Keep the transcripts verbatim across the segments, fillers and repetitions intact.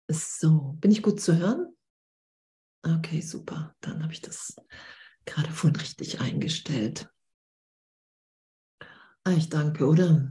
So, bin ich gut zu hören? Okay, super. Dann habe ich das gerade vorhin richtig eingestellt. Ah, ich danke, oder?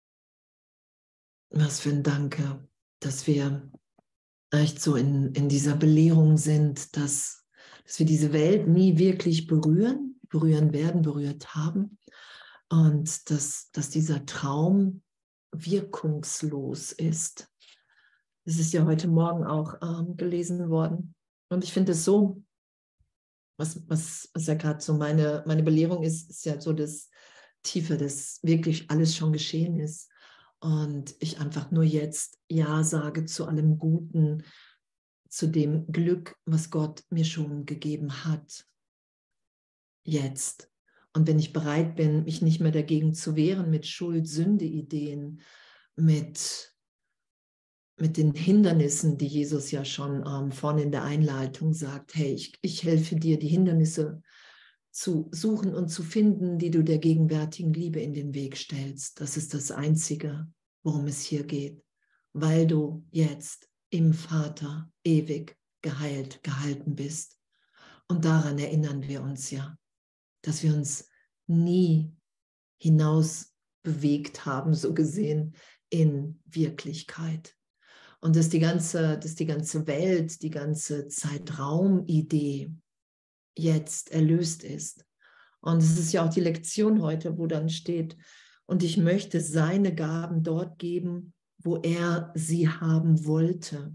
Was für ein Danke, dass wir echt so in, in dieser Belehrung sind, dass, dass wir diese Welt nie wirklich berühren, berühren werden, berührt haben und dass, dass dieser Traum wirkungslos ist. Das ist ja heute Morgen auch ähm, gelesen worden. Und ich finde es so, was, was, was ja gerade so meine, meine Belehrung ist, ist ja so das Tiefe, dass wirklich alles schon geschehen ist. Und ich einfach nur jetzt Ja sage zu allem Guten, zu dem Glück, was Gott mir schon gegeben hat. Jetzt. Und wenn ich bereit bin, mich nicht mehr dagegen zu wehren mit Schuld-Sünde-Ideen, mit mit den Hindernissen, die Jesus ja schon ähm, vorne in der Einleitung sagt, hey, ich, ich helfe dir, die Hindernisse zu suchen und zu finden, die du der gegenwärtigen Liebe in den Weg stellst. Das ist das Einzige, worum es hier geht, weil du jetzt im Vater ewig geheilt, gehalten bist. Und daran erinnern wir uns ja, dass wir uns nie hinaus bewegt haben, so gesehen, in Wirklichkeit. Und dass die ganze, dass die ganze Welt, die ganze Zeitraumidee jetzt erlöst ist. Und es ist ja auch die Lektion heute, wo dann steht, und ich möchte seine Gaben dort geben, wo er sie haben wollte.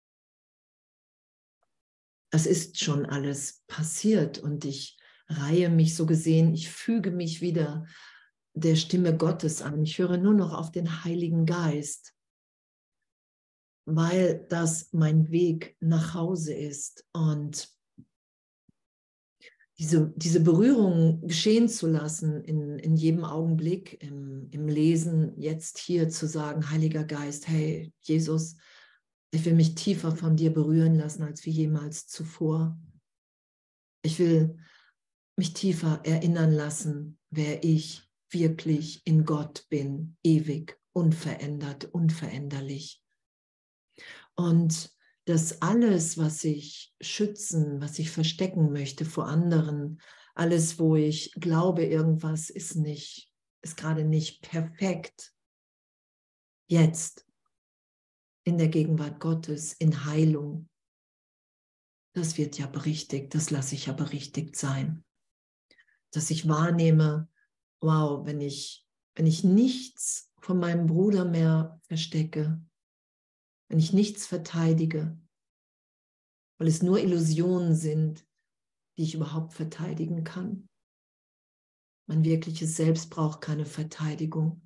Es ist schon alles passiert und ich reihe mich so gesehen, ich füge mich wieder der Stimme Gottes an. Ich höre nur noch auf den Heiligen Geist, weil das mein Weg nach Hause ist und diese, diese Berührung geschehen zu lassen in, in jedem Augenblick, im, im Lesen, jetzt hier zu sagen, Heiliger Geist, hey, Jesus, ich will mich tiefer von dir berühren lassen als wie jemals zuvor. Ich will mich tiefer erinnern lassen, wer ich wirklich in Gott bin, ewig, unverändert, unveränderlich. Und dass alles, was ich schützen, was ich verstecken möchte vor anderen, alles, wo ich glaube, irgendwas ist nicht, ist gerade nicht perfekt, jetzt in der Gegenwart Gottes, in Heilung, das wird ja berichtigt, das lasse ich ja berichtigt sein. Dass ich wahrnehme, wow, wenn ich, wenn ich nichts von meinem Bruder mehr verstecke, wenn ich nichts verteidige, weil es nur Illusionen sind, die ich überhaupt verteidigen kann. Mein wirkliches Selbst braucht keine Verteidigung.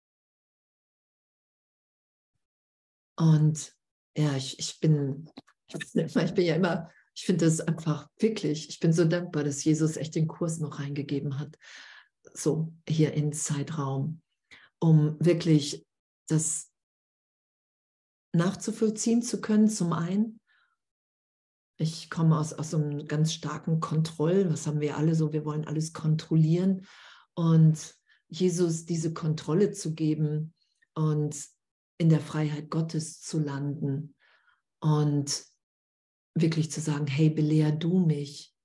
Und ja, ich, ich bin, ich bin ja immer, ich finde das einfach wirklich, ich bin so dankbar, dass Jesus echt den Kurs noch reingegeben hat, so hier ins Zeitraum, um wirklich das nachzuvollziehen zu können, zum einen. Ich komme aus, aus so einem ganz starken Kontroll, was haben wir alle so, wir wollen alles kontrollieren und Jesus diese Kontrolle zu geben und in der Freiheit Gottes zu landen und wirklich zu sagen, hey, belehr du mich.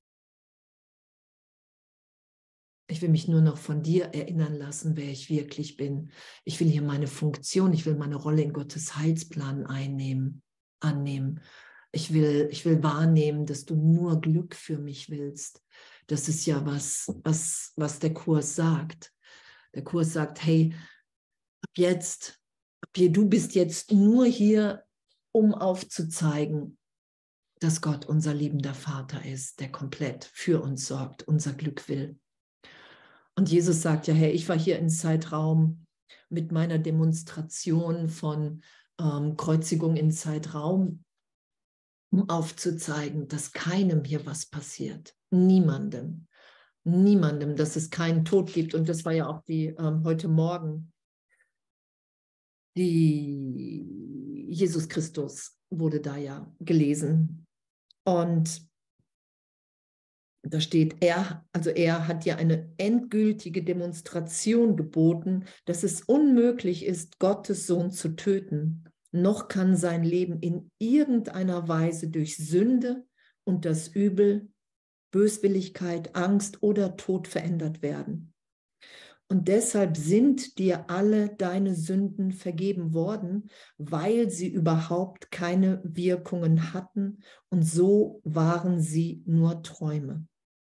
Ich will mich nur noch von dir erinnern lassen, wer ich wirklich bin. Ich will hier meine Funktion, ich will meine Rolle in Gottes Heilsplan einnehmen, annehmen. Ich will, ich will wahrnehmen, dass du nur Glück für mich willst. Das ist ja was, was, was der Kurs sagt. Der Kurs sagt, hey, ab jetzt, ab hier, du bist jetzt nur hier, um aufzuzeigen, dass Gott unser liebender Vater ist, der komplett für uns sorgt, unser Glück will. Und Jesus sagt ja, hey, ich war hier im Zeitraum mit meiner Demonstration von ähm, Kreuzigung im Zeitraum, um aufzuzeigen, dass keinem hier was passiert. Niemandem. Niemandem, dass es keinen Tod gibt. Und das war ja auch die ähm, heute Morgen. Die Jesus Christus wurde da ja gelesen. Und da steht, er, also er hat ja eine endgültige Demonstration geboten, dass es unmöglich ist, Gottes Sohn zu töten. noch kann sein Leben in irgendeiner Weise durch Sünde und das Übel, Böswilligkeit, Angst oder Tod verändert werden. Und deshalb sind dir alle deine Sünden vergeben worden, weil sie überhaupt keine Wirkungen hatten und so waren sie nur Träume.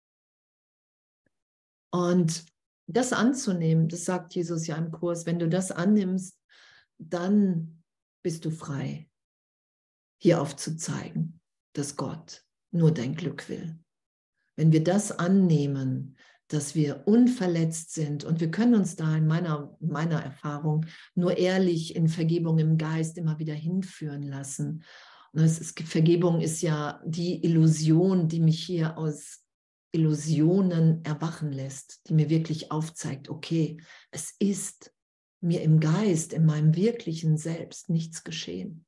Und das anzunehmen, das sagt Jesus ja im Kurs, wenn du das annimmst, dann bist du frei, hier aufzuzeigen, dass Gott nur dein Glück will. Wenn wir das annehmen, dass wir unverletzt sind und wir können uns da in meiner, meiner Erfahrung nur ehrlich in Vergebung im Geist immer wieder hinführen lassen. Und es ist, Vergebung ist ja die Illusion, die mich hier aus Illusionen erwachen lässt, die mir wirklich aufzeigt, okay, es ist mir im Geist, in meinem wirklichen Selbst nichts geschehen.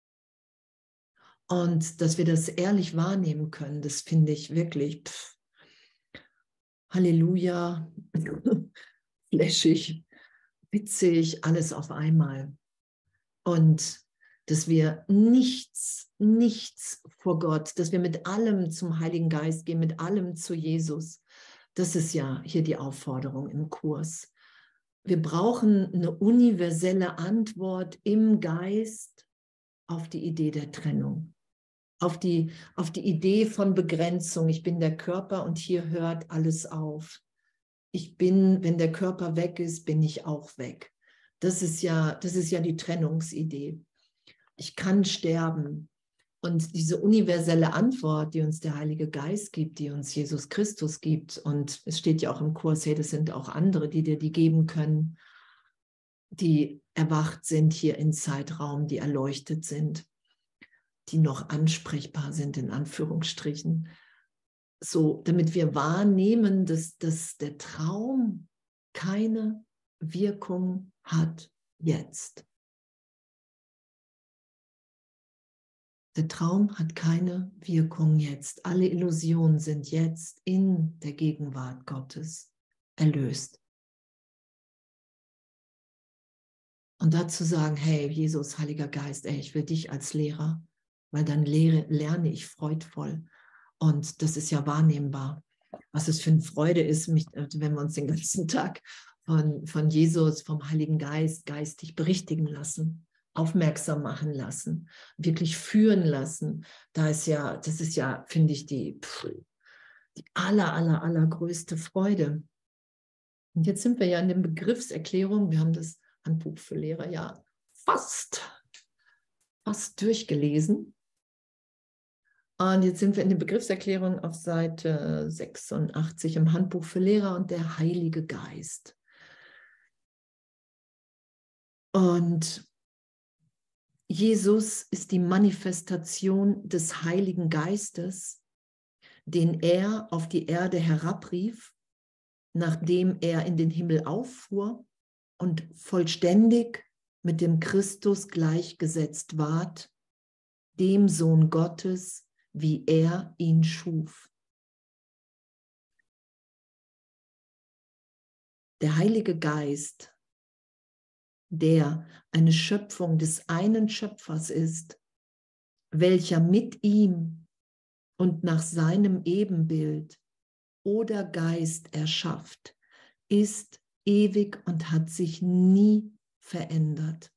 Und dass wir das ehrlich wahrnehmen können, das finde ich wirklich, pff, Halleluja, flashig, witzig, alles auf einmal. Und dass wir nichts, nichts vor Gott, dass wir mit allem zum Heiligen Geist gehen, mit allem zu Jesus. Das ist ja hier die Aufforderung im Kurs. Wir brauchen eine universelle Antwort im Geist auf die Idee der Trennung. Auf die, auf die Idee von Begrenzung. Ich bin der Körper und hier hört alles auf. Ich bin, wenn der Körper weg ist, bin ich auch weg. Das ist ja, das ist ja die Trennungsidee. Ich kann sterben. Und diese universelle Antwort, die uns der Heilige Geist gibt, die uns Jesus Christus gibt, und es steht ja auch im Kurs, hey, das sind auch andere, die dir die geben können, die erwacht sind hier im Zeitraum, die erleuchtet sind, die noch ansprechbar sind, in Anführungsstrichen, so, damit wir wahrnehmen, dass, dass der Traum keine Wirkung hat jetzt. Der Traum hat keine Wirkung jetzt. Alle Illusionen sind jetzt in der Gegenwart Gottes erlöst. Und dazu sagen, hey, Jesus, Heiliger Geist, ey, ich will dich als Lehrer, weil dann lehre, lerne ich freudvoll. Und das ist ja wahrnehmbar, was es für eine Freude ist, mich, wenn wir uns den ganzen Tag von, von Jesus, vom Heiligen Geist geistig berichtigen lassen, aufmerksam machen lassen, wirklich führen lassen. Da ist ja, das ist ja, finde ich, die, die aller, aller, allergrößte Freude. Und jetzt sind wir ja in den Begriffserklärungen, wir haben das Handbuch für Lehrer ja fast, fast durchgelesen. Und jetzt sind wir in der Begriffserklärung auf Seite sechsundachtzig im Handbuch für Lehrer und der Heilige Geist. Und Jesus ist die Manifestation des Heiligen Geistes, den er auf die Erde herabrief, nachdem er in den Himmel auffuhr und vollständig mit dem Christus gleichgesetzt ward, dem Sohn Gottes, wie er ihn schuf. Der Heilige Geist, der eine Schöpfung des einen Schöpfers ist, welcher mit ihm und nach seinem Ebenbild oder Geist erschafft, ist ewig und hat sich nie verändert.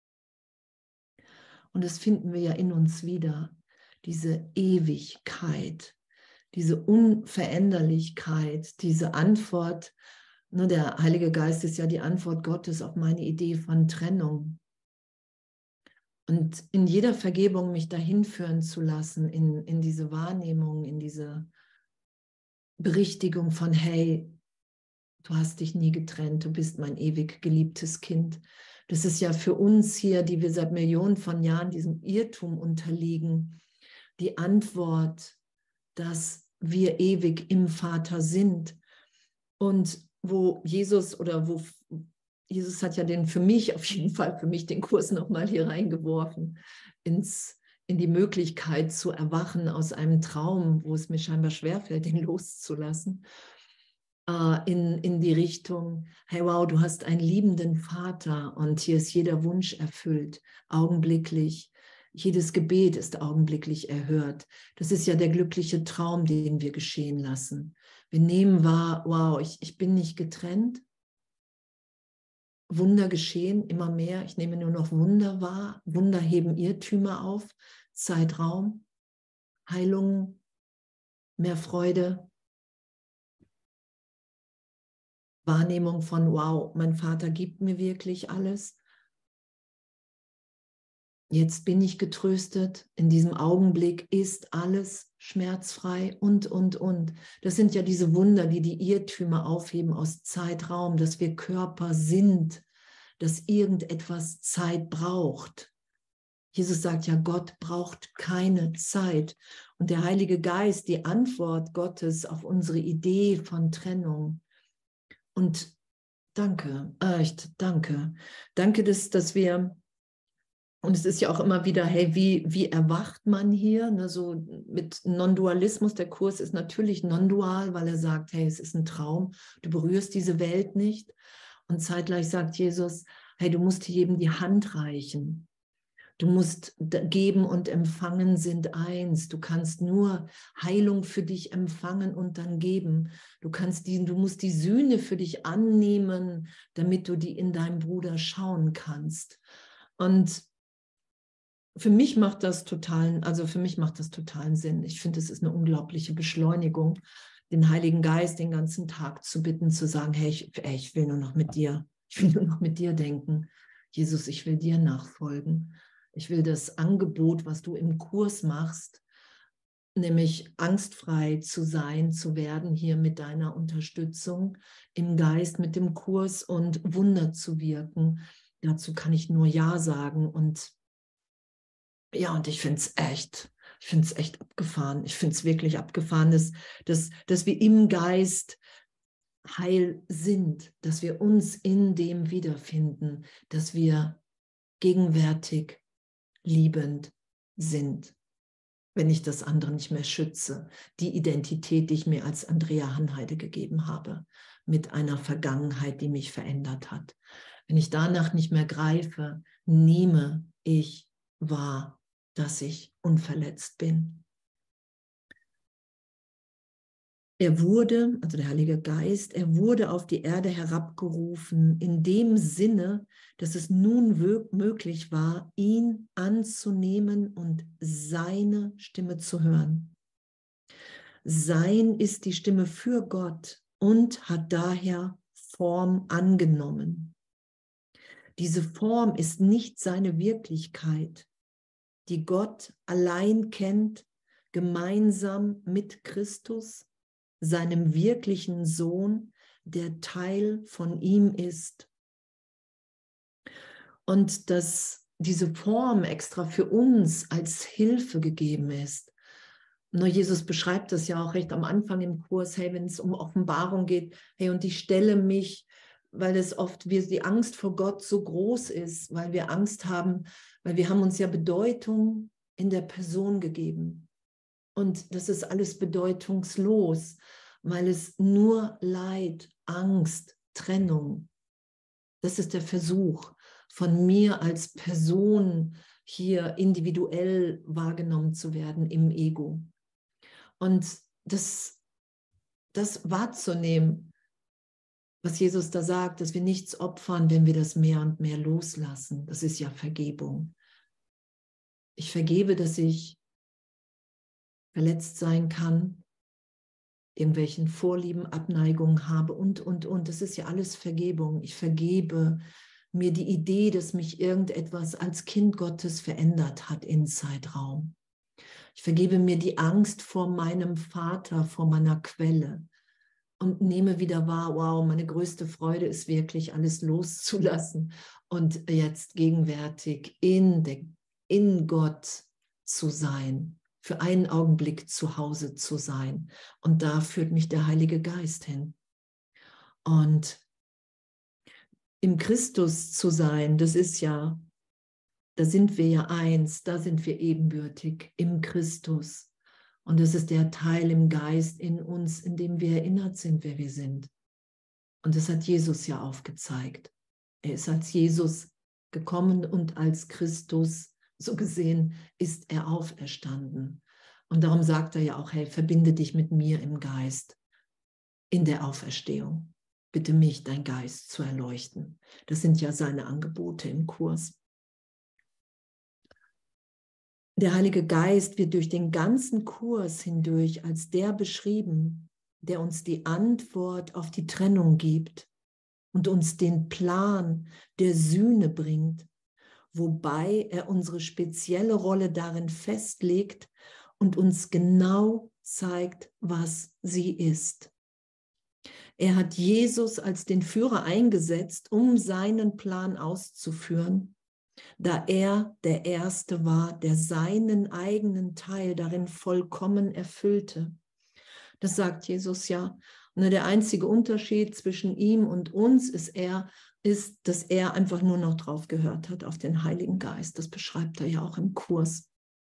Und das finden wir ja in uns wieder, diese Ewigkeit, diese Unveränderlichkeit, diese Antwort. Ne, der Heilige Geist ist ja die Antwort Gottes auf meine Idee von Trennung. Und in jeder Vergebung mich dahin führen zu lassen, in, in diese Wahrnehmung, in diese Berichtigung von, hey, du hast dich nie getrennt, du bist mein ewig geliebtes Kind. Das ist ja für uns hier, die wir seit Millionen von Jahren diesem Irrtum unterliegen, die Antwort, dass wir ewig im Vater sind. Und wo Jesus oder wo Jesus hat ja den für mich, auf jeden Fall für mich den Kurs nochmal hier reingeworfen, ins, in die Möglichkeit zu erwachen aus einem Traum, wo es mir scheinbar schwerfällt, den loszulassen. äh, in, in die Richtung, hey wow, du hast einen liebenden Vater und hier ist jeder Wunsch erfüllt, augenblicklich. Jedes Gebet ist augenblicklich erhört. Das ist ja der glückliche Traum, den wir geschehen lassen. Wir nehmen wahr, wow, ich, ich bin nicht getrennt. Wunder geschehen, immer mehr. Ich nehme nur noch Wunder wahr. Wunder heben Irrtümer auf. Zeitraum, Heilung, mehr Freude. Wahrnehmung von, wow, mein Vater gibt mir wirklich alles. Jetzt bin ich getröstet, in diesem Augenblick ist alles schmerzfrei und, und, und. Das sind ja diese Wunder, die die Irrtümer aufheben aus Zeitraum, dass wir Körper sind, dass irgendetwas Zeit braucht. Jesus sagt ja, Gott braucht keine Zeit. Und der Heilige Geist, die Antwort Gottes auf unsere Idee von Trennung. Und danke, echt, danke. Danke, dass, dass wir... Und es ist ja auch immer wieder, hey, wie, wie erwacht man hier? Ne, so mit Non-Dualismus, der Kurs ist natürlich non-dual, weil er sagt, hey, es ist ein Traum, du berührst diese Welt nicht. Und zeitgleich sagt Jesus, hey, du musst jedem die Hand reichen. Du musst geben und empfangen sind eins. Du kannst nur Heilung für dich empfangen und dann geben. Du kannst die, du musst die Sühne für dich annehmen, damit du die in deinem Bruder schauen kannst. Und für mich macht das totalen, also für mich macht das totalen Sinn. Ich finde, es ist eine unglaubliche Beschleunigung, den Heiligen Geist den ganzen Tag zu bitten, zu sagen, hey, ich, ey, ich will nur noch mit dir, ich will nur noch mit dir denken. Jesus, ich will dir nachfolgen. Ich will das Angebot, was du im Kurs machst, nämlich angstfrei zu sein, zu werden, hier mit deiner Unterstützung im Geist, mit dem Kurs und Wunder zu wirken. Dazu kann ich nur Ja sagen. Und ja, und ich finde es echt, ich finde es echt abgefahren. Ich finde es wirklich abgefahren, dass, dass, dass wir im Geist heil sind, dass wir uns in dem wiederfinden, dass wir gegenwärtig liebend sind, wenn ich das andere nicht mehr schütze. Die Identität, die ich mir als Andrea Hanheide gegeben habe, mit einer Vergangenheit, die mich verändert hat. Wenn ich danach nicht mehr greife, nehme ich wahr, dass ich unverletzt bin. Er wurde, also der Heilige Geist, er wurde auf die Erde herabgerufen, in dem Sinne, dass es nun möglich war, ihn anzunehmen und seine Stimme zu hören. Sein ist die Stimme für Gott und hat daher Form angenommen. Diese Form ist nicht seine Wirklichkeit, die Gott allein kennt, gemeinsam mit Christus, seinem wirklichen Sohn, der Teil von ihm ist. Und dass diese Form extra für uns als Hilfe gegeben ist. Nur Jesus beschreibt das ja auch recht am Anfang im Kurs, hey, wenn es um Offenbarung geht, hey, und ich stelle mich, weil es oft, wie die Angst vor Gott so groß ist, weil wir Angst haben, weil wir haben uns ja Bedeutung in der Person gegeben. Und das ist alles bedeutungslos, weil es nur Leid, Angst, Trennung, das ist der Versuch von mir als Person hier individuell wahrgenommen zu werden im Ego. Und das, das wahrzunehmen, was Jesus da sagt, dass wir nichts opfern, wenn wir das mehr und mehr loslassen, das ist ja Vergebung. Ich vergebe, dass ich verletzt sein kann, irgendwelchen Vorlieben, Abneigungen habe und, und, und. Das ist ja alles Vergebung. Ich vergebe mir die Idee, dass mich irgendetwas als Kind Gottes verändert hat in Zeitraum. Ich vergebe mir die Angst vor meinem Vater, vor meiner Quelle und nehme wieder wahr, wow, meine größte Freude ist wirklich, alles loszulassen und jetzt gegenwärtig in, der, in Gott zu sein, für einen Augenblick zu Hause zu sein. Und da führt mich der Heilige Geist hin. Und im Christus zu sein, das ist ja, da sind wir ja eins, da sind wir ebenbürtig im Christus. Und das ist der Teil im Geist in uns, in dem wir erinnert sind, wer wir sind. Und das hat Jesus ja aufgezeigt. Er ist als Jesus gekommen und als Christus, so gesehen, ist er auferstanden. Und darum sagt er ja auch, hey, verbinde dich mit mir im Geist in der Auferstehung. Bitte mich, dein Geist, zu erleuchten. Das sind ja seine Angebote im Kurs. Der Heilige Geist wird durch den ganzen Kurs hindurch als der beschrieben, der uns die Antwort auf die Trennung gibt und uns den Plan der Sühne bringt, wobei er unsere spezielle Rolle darin festlegt und uns genau zeigt, was sie ist. Er hat Jesus als den Führer eingesetzt, um seinen Plan auszuführen, da er der Erste war, der seinen eigenen Teil darin vollkommen erfüllte. Das sagt Jesus ja. Und der einzige Unterschied zwischen ihm und uns ist, er, ist, dass er einfach nur noch drauf gehört hat, auf den Heiligen Geist. Das beschreibt er ja auch im Kurs.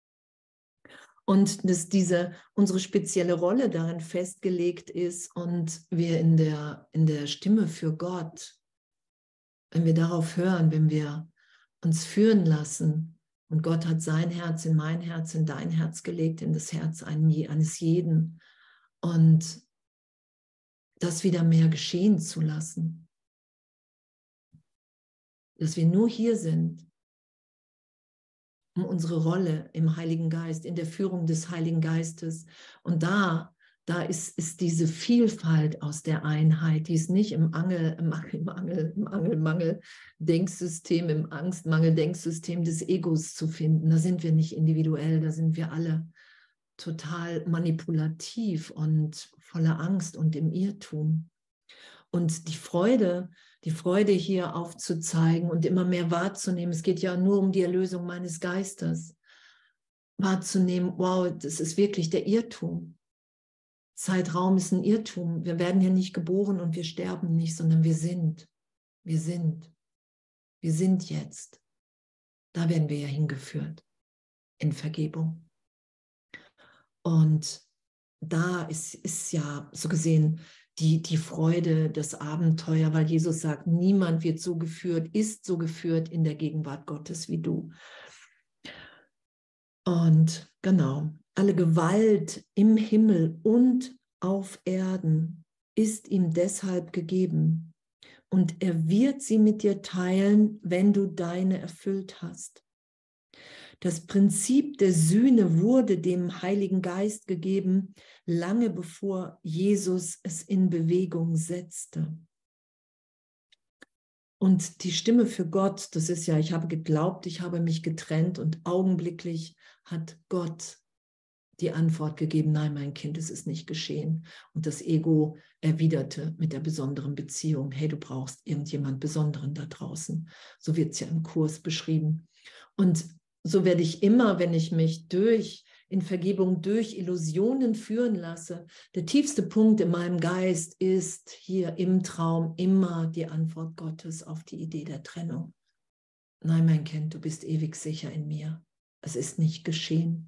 Und dass diese, unsere spezielle Rolle darin festgelegt ist und wir in der, in der Stimme für Gott, wenn wir darauf hören, wenn wir uns führen lassen und Gott hat sein Herz in mein Herz, in dein Herz gelegt, in das Herz eines jeden und das wieder mehr geschehen zu lassen, dass wir nur hier sind, um unsere Rolle im Heiligen Geist, in der Führung des Heiligen Geistes. Und da, da ist, ist diese Vielfalt aus der Einheit, die ist nicht im Angel, im Angel, im Angel, im Angel-Mangel-Denksystem, im Angst-Mangel-Denksystem des Egos zu finden. Da sind wir nicht individuell, da sind wir alle total manipulativ und voller Angst und im Irrtum. Und die Freude, die Freude hier aufzuzeigen und immer mehr wahrzunehmen, es geht ja nur um die Erlösung meines Geistes, wahrzunehmen, wow, das ist wirklich der Irrtum. Zeitraum ist ein Irrtum. Wir werden hier nicht geboren und wir sterben nicht, sondern wir sind. Wir sind. Wir sind jetzt. Da werden wir ja hingeführt, in Vergebung. Und da ist, ist ja so gesehen die, die Freude, das Abenteuer, weil Jesus sagt, niemand wird so geführt, ist so geführt in der Gegenwart Gottes wie du. Und genau, alle Gewalt im Himmel und auf Erden ist ihm deshalb gegeben. Und er wird sie mit dir teilen, wenn du deine erfüllt hast. Das Prinzip der Sühne wurde dem Heiligen Geist gegeben, lange bevor Jesus es in Bewegung setzte. Und die Stimme für Gott, das ist ja, ich habe geglaubt, ich habe mich getrennt und augenblicklich hat Gott die Antwort gegeben, nein, mein Kind, es ist nicht geschehen. Und das Ego erwiderte mit der besonderen Beziehung, hey, du brauchst irgendjemand Besonderen da draußen. So wird es ja im Kurs beschrieben. Und so werde ich immer, wenn ich mich durch, in Vergebung durch Illusionen führen lasse, der tiefste Punkt in meinem Geist ist hier im Traum immer die Antwort Gottes auf die Idee der Trennung. Nein, mein Kind, du bist ewig sicher in mir. Es ist nicht geschehen.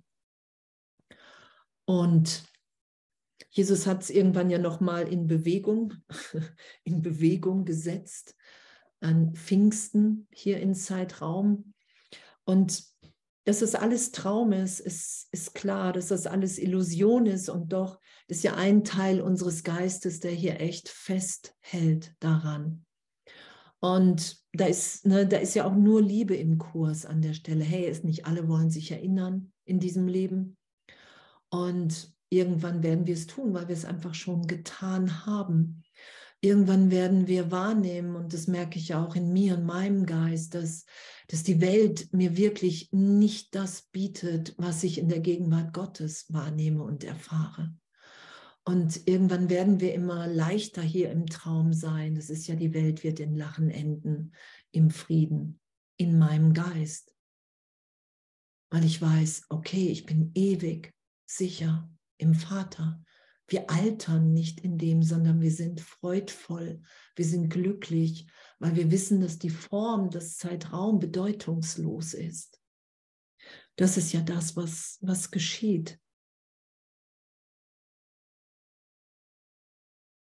Und Jesus hat es irgendwann ja nochmal in Bewegung, in Bewegung gesetzt, an Pfingsten hier im Zeitraum. Und dass das alles Traum ist, ist, ist klar, dass das alles Illusion ist und doch ist ja ein Teil unseres Geistes, der hier echt festhält daran. Und da ist, ne, da ist ja auch nur Liebe im Kurs an der Stelle. Hey, es nicht alle wollen sich erinnern in diesem Leben. Und irgendwann werden wir es tun, weil wir es einfach schon getan haben. Irgendwann werden wir wahrnehmen, und das merke ich ja auch in mir und meinem Geist, dass, dass die Welt mir wirklich nicht das bietet, was ich in der Gegenwart Gottes wahrnehme und erfahre. Und irgendwann werden wir immer leichter hier im Traum sein. Das ist ja, die Welt wird in Lachen enden, im Frieden, in meinem Geist. Weil ich weiß, okay, ich bin ewig sicher im Vater. Wir altern nicht in dem, sondern wir sind freudvoll, wir sind glücklich, weil wir wissen, dass die Form, das Zeitraum bedeutungslos ist. Das ist ja das, was, was geschieht.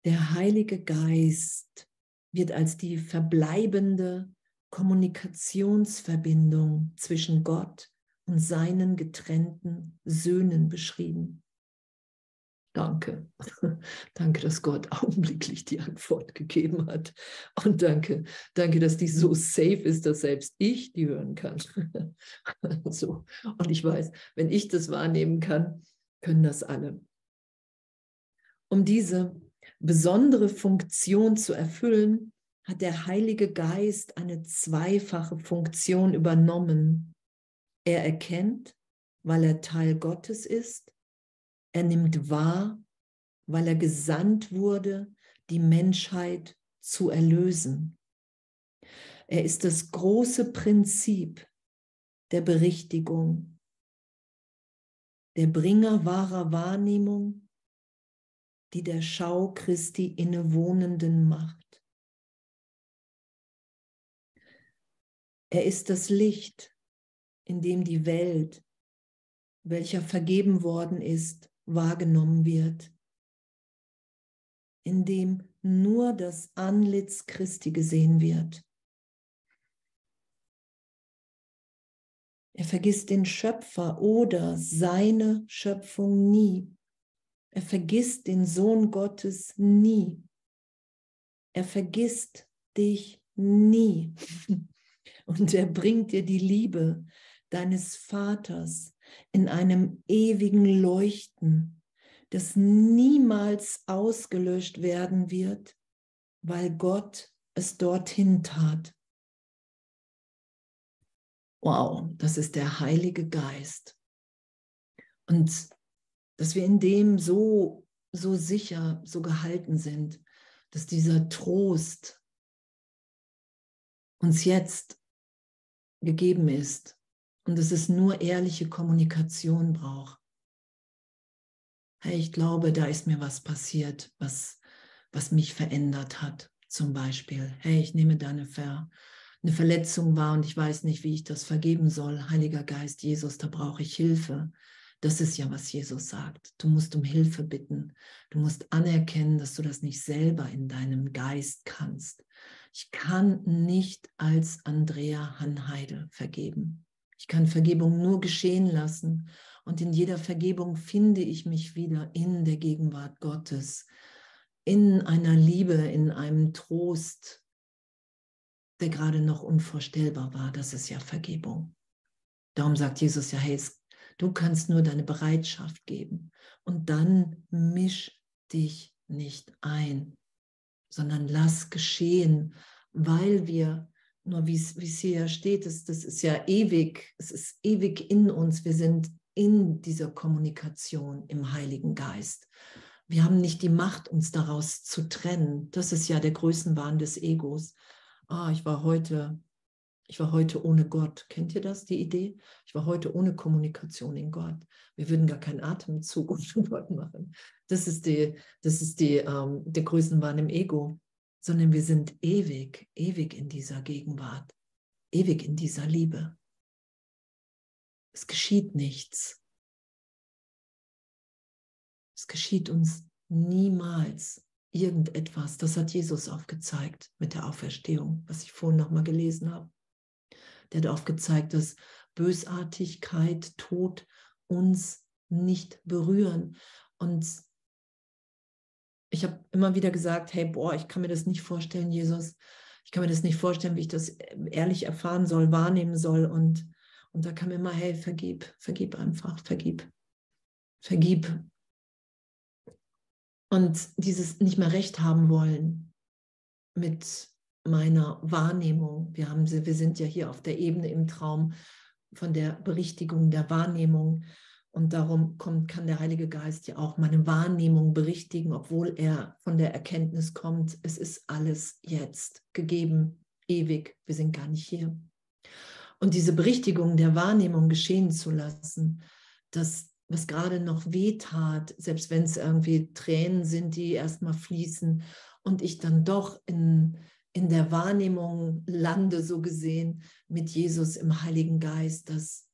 Der Heilige Geist wird als die verbleibende Kommunikationsverbindung zwischen Gott und seinen getrennten Söhnen beschrieben. Danke. Danke, dass Gott augenblicklich die Antwort gegeben hat. Und danke, danke, dass die so safe ist, dass selbst ich die hören kann. So. Und ich weiß, wenn ich das wahrnehmen kann, können das alle. Um diese besondere Funktion zu erfüllen, hat der Heilige Geist eine zweifache Funktion übernommen. Er erkennt, weil er Teil Gottes ist. Er nimmt wahr, weil er gesandt wurde, die Menschheit zu erlösen. Er ist das große Prinzip der Berichtigung, der Bringer wahrer Wahrnehmung, die der Schau Christi innewohnenden macht. Er ist das Licht, in dem die Welt, welcher vergeben worden ist, wahrgenommen wird, in dem nur das Antlitz Christi gesehen wird. Er vergisst den Schöpfer oder seine Schöpfung nie. Er vergisst den Sohn Gottes nie. Er vergisst dich nie. Und er bringt dir die Liebe deines Vaters in einem ewigen Leuchten, das niemals ausgelöscht werden wird, weil Gott es dorthin tat. Wow, das ist der Heilige Geist. Und dass wir in dem so, so sicher, so gehalten sind, dass dieser Trost uns jetzt gegeben ist und dass es nur ehrliche Kommunikation braucht. Hey, ich glaube, da ist mir was passiert, was, was mich verändert hat. Zum Beispiel, hey, ich nehme da eine, Ver, eine Verletzung wahr und ich weiß nicht, wie ich das vergeben soll. Heiliger Geist, Jesus, da brauche ich Hilfe. Das ist ja, was Jesus sagt. Du musst um Hilfe bitten. Du musst anerkennen, dass du das nicht selber in deinem Geist kannst. Ich kann nicht als Andrea Hanheide vergeben. Ich kann Vergebung nur geschehen lassen. Und in jeder Vergebung finde ich mich wieder in der Gegenwart Gottes, in einer Liebe, in einem Trost, der gerade noch unvorstellbar war. Das ist ja Vergebung. Darum sagt Jesus ja, hey, du kannst nur deine Bereitschaft geben. Und dann misch dich nicht ein, sondern lass geschehen, weil wir, nur wie es hier steht, das, das ist ja ewig, es ist ewig in uns. Wir sind in dieser Kommunikation im Heiligen Geist. Wir haben nicht die Macht, uns daraus zu trennen. Das ist ja der Größenwahn des Egos. Ah, ich war heute, ich war heute ohne Gott. Kennt ihr das, die Idee? Ich war heute ohne Kommunikation in Gott. Wir würden gar keinen Atemzug ohne Gott machen. Das ist, die, das ist die, ähm, der Größenwahn im Ego. Sondern wir sind ewig, ewig in dieser Gegenwart, ewig in dieser Liebe. Es geschieht nichts. Es geschieht uns niemals irgendetwas. Das hat Jesus aufgezeigt mit der Auferstehung, was ich vorhin nochmal gelesen habe. Der hat aufgezeigt, dass Bösartigkeit, Tod uns nicht berühren. Und ich habe immer wieder gesagt, hey, boah, ich kann mir das nicht vorstellen, Jesus. Ich kann mir das nicht vorstellen, wie ich das ehrlich erfahren soll, wahrnehmen soll. Und, und da kam immer, hey, vergib, vergib einfach, vergib, vergib. Und dieses nicht mehr recht haben wollen mit meiner Wahrnehmung. Wir, haben, wir sind ja hier auf der Ebene im Traum von der Berichtigung der Wahrnehmung. Und darum kommt, kann der Heilige Geist ja auch meine Wahrnehmung berichtigen, obwohl er von der Erkenntnis kommt, es ist alles jetzt gegeben, ewig, wir sind gar nicht hier. Und diese Berichtigung der Wahrnehmung geschehen zu lassen, das, was gerade noch wehtat, selbst wenn es irgendwie Tränen sind, die erstmal fließen und ich dann doch in, in der Wahrnehmung lande, so gesehen, mit Jesus im Heiligen Geist, dass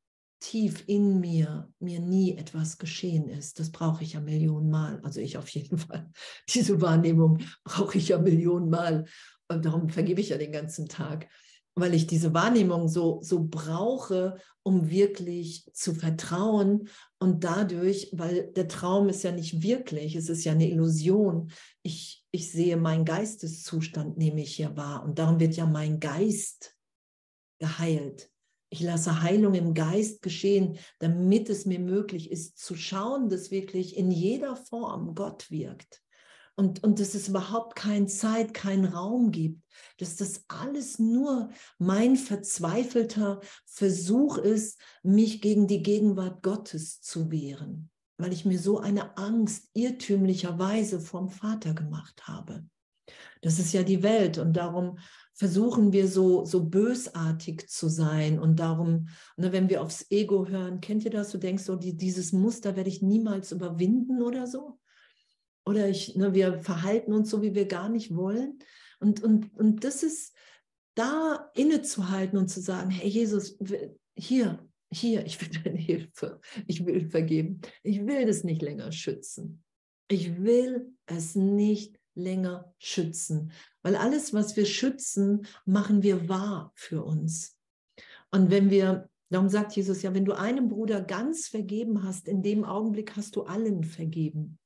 tief in mir, mir nie etwas geschehen ist. Das brauche ich ja Millionenmal. Also ich auf jeden Fall. Diese Wahrnehmung brauche ich ja Millionenmal. Und darum vergebe ich ja den ganzen Tag. Weil ich diese Wahrnehmung so, so brauche, um wirklich zu vertrauen und dadurch, weil der Traum ist ja nicht wirklich, es ist ja eine Illusion. Ich, ich sehe meinen Geisteszustand, nehme ich hier wahr und darum wird ja mein Geist geheilt. Ich lasse Heilung im Geist geschehen, damit es mir möglich ist, zu schauen, dass wirklich in jeder Form Gott wirkt. Und, und dass es überhaupt keine Zeit, keinen Raum gibt, dass das alles nur mein verzweifelter Versuch ist, mich gegen die Gegenwart Gottes zu wehren, weil ich mir so eine Angst irrtümlicherweise vom Vater gemacht habe. Das ist ja die Welt und darum versuchen wir so, so bösartig zu sein und darum, ne, wenn wir aufs Ego hören, kennt ihr das? Du denkst so, die, dieses Muster werde ich niemals überwinden oder so? Oder ich, ne, wir verhalten uns so, wie wir gar nicht wollen. Und, und, und das ist da innezuhalten und zu sagen, hey Jesus, hier, hier, ich will deine Hilfe. Ich will vergeben. Ich will das nicht länger schützen. Ich will es nicht länger schützen. Weil alles, was wir schützen, machen wir wahr für uns. Und wenn wir, darum sagt Jesus ja, wenn du einem Bruder ganz vergeben hast, in dem Augenblick hast du allen vergeben.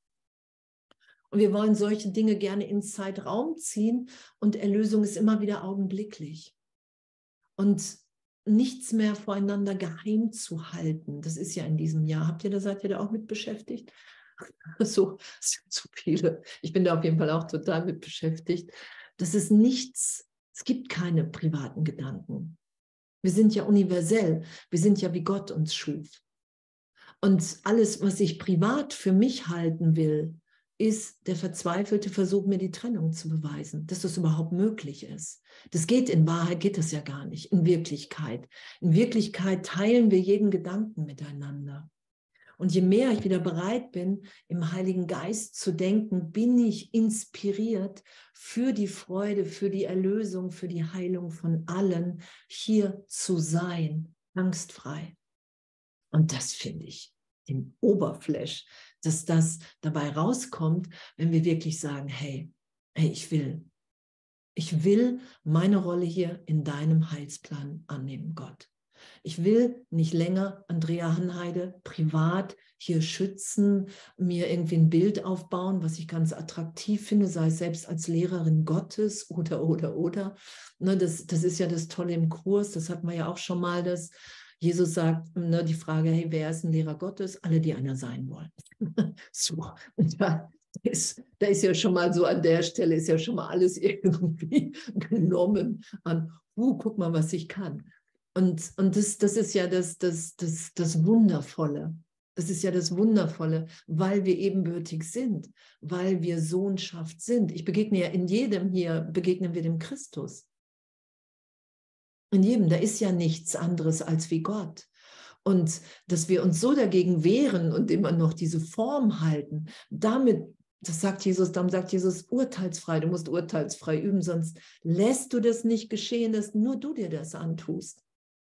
Und wir wollen solche Dinge gerne ins Zeitraum ziehen und Erlösung ist immer wieder augenblicklich. Und nichts mehr voreinander geheim zu halten, das ist ja in diesem Jahr. Habt ihr da, seid ihr da auch mit beschäftigt? So, es sind zu viele. Ich bin da auf jeden Fall auch total mit beschäftigt. Das ist nichts, es gibt keine privaten Gedanken. Wir sind ja universell, wir sind ja wie Gott uns schuf. Und alles, was ich privat für mich halten will, ist der verzweifelte Versuch, mir die Trennung zu beweisen, dass das überhaupt möglich ist. Das geht in Wahrheit, geht das ja gar nicht, in Wirklichkeit. In Wirklichkeit teilen wir jeden Gedanken miteinander. Und je mehr ich wieder bereit bin, im Heiligen Geist zu denken, bin ich inspiriert für die Freude, für die Erlösung, für die Heilung von allen, hier zu sein, angstfrei. Und das finde ich den Oberflash, dass das dabei rauskommt, wenn wir wirklich sagen, hey, hey, ich will, ich will meine Rolle hier in deinem Heilsplan annehmen, Gott. Ich will nicht länger Andrea Hanheide privat hier schützen, mir irgendwie ein Bild aufbauen, was ich ganz attraktiv finde, sei es selbst als Lehrerin Gottes oder, oder, oder. Ne, das, das ist ja das Tolle im Kurs, das hatten wir ja auch schon mal, dass Jesus sagt, ne, die Frage, hey, wer ist ein Lehrer Gottes? Alle, die einer sein wollen. So, und da ist, da ist ja schon mal so, an der Stelle ist ja schon mal alles irgendwie genommen an, uh, guck mal, was ich kann. Und, und das, das ist ja das, das, das, das Wundervolle. Das ist ja das Wundervolle, weil wir ebenbürtig sind, weil wir Sohnschaft sind. Ich begegne ja in jedem hier, begegnen wir dem Christus. In jedem, da ist ja nichts anderes als wie Gott. Und dass wir uns so dagegen wehren und immer noch diese Form halten, damit, das sagt Jesus, dann sagt Jesus, urteilsfrei, du musst urteilsfrei üben, sonst lässt du das nicht geschehen, dass nur du dir das antust.